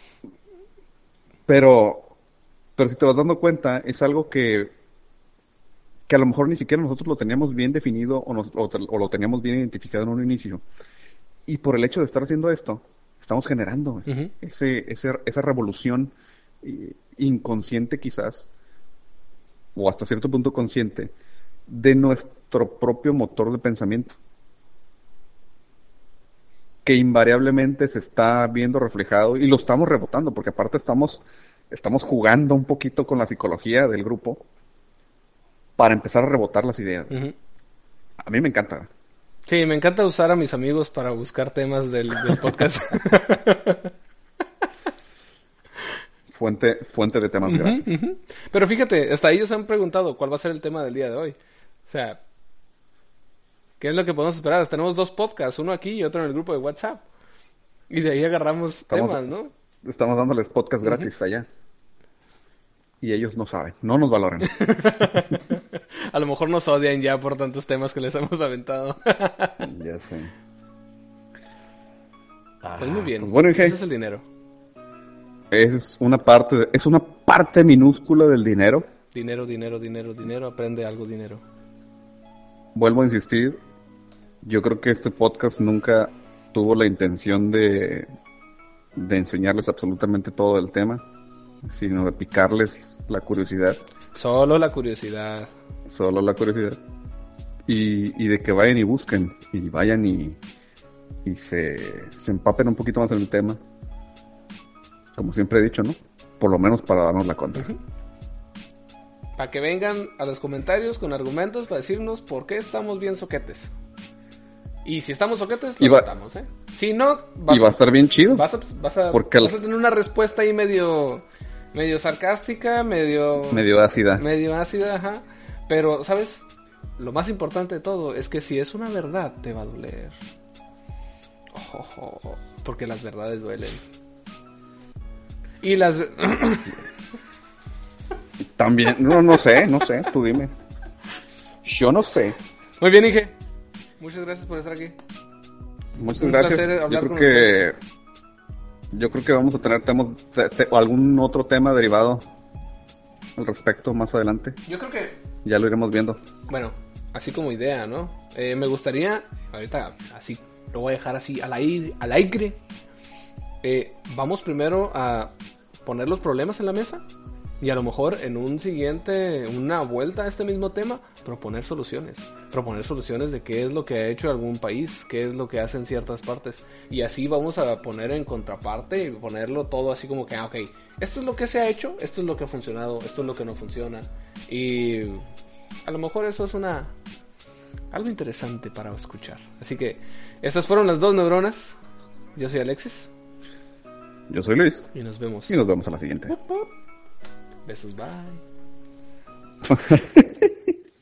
Pero si te vas dando cuenta, es algo que a lo mejor ni siquiera nosotros lo teníamos bien definido o lo teníamos bien identificado en un inicio. Y por el hecho de estar haciendo esto, estamos generando Uh-huh. esa revolución inconsciente quizás, o hasta cierto punto consciente, de nuestro propio motor de pensamiento, que invariablemente se está viendo reflejado y lo estamos rebotando, porque aparte estamos jugando un poquito con la psicología del grupo para empezar a rebotar las ideas. Uh-huh. A mí me encanta. Sí, me encanta usar a mis amigos para buscar temas del podcast. Fuente de temas gratis. Uh-huh. Pero fíjate, hasta ellos han preguntado cuál va a ser el tema del día de hoy. O sea, ¿qué es lo que podemos esperar? Tenemos 2 podcasts, uno aquí y otro en el grupo de WhatsApp. Y de ahí agarramos temas, ¿no? Estamos dándoles podcast gratis allá. Y ellos no saben, no nos valoran. A lo mejor nos odian ya por tantos temas que les hemos aventado. Ya sé. Pues muy bien, pues bueno, ese es el dinero. Es una parte minúscula del dinero. Dinero, dinero, dinero, dinero, aprende algo, dinero. Vuelvo a insistir, yo creo que este podcast nunca tuvo la intención de enseñarles absolutamente todo el tema, sino de picarles la curiosidad. Solo la curiosidad. solo la curiosidad. Y de que vayan y busquen, y vayan y se empapen un poquito más en el tema. Como siempre he dicho, ¿no? Por lo menos para darnos la contra. Uh-huh. Para que vengan a los comentarios con argumentos para decirnos por qué estamos bien soquetes. Y si estamos soquetes, lo aceptamos, ¿eh? Si no, va a estar bien chido. Vas a tener una respuesta ahí medio sarcástica, medio ácida. Medio ácida, ajá. Pero, ¿sabes? Lo más importante de todo es que si es una verdad, te va a doler. Porque las verdades duelen. Y las... También, no sé, tú dime. Yo no sé. Muy bien, Inge. Muchas gracias por estar aquí. Muchas gracias. Yo creo que vamos a tener algún otro tema derivado al respecto más adelante. Yo creo que... Ya lo iremos viendo. Bueno, así como idea, ¿no? Me gustaría, ahorita así, lo voy a dejar así al aire. Vamos primero a poner los problemas en la mesa y a lo mejor en una vuelta a este mismo tema, proponer soluciones de qué es lo que ha hecho algún país, qué es lo que hacen ciertas partes, y así vamos a poner en contraparte y ponerlo todo así como que, ok, esto es lo que se ha hecho, esto es lo que ha funcionado, esto es lo que no funciona, y a lo mejor eso es algo interesante para escuchar. Así que estas fueron las 2 neuronas. Yo soy Alexis. Yo soy Luis. Y nos vemos. Y nos vemos a la siguiente. Besos, bye.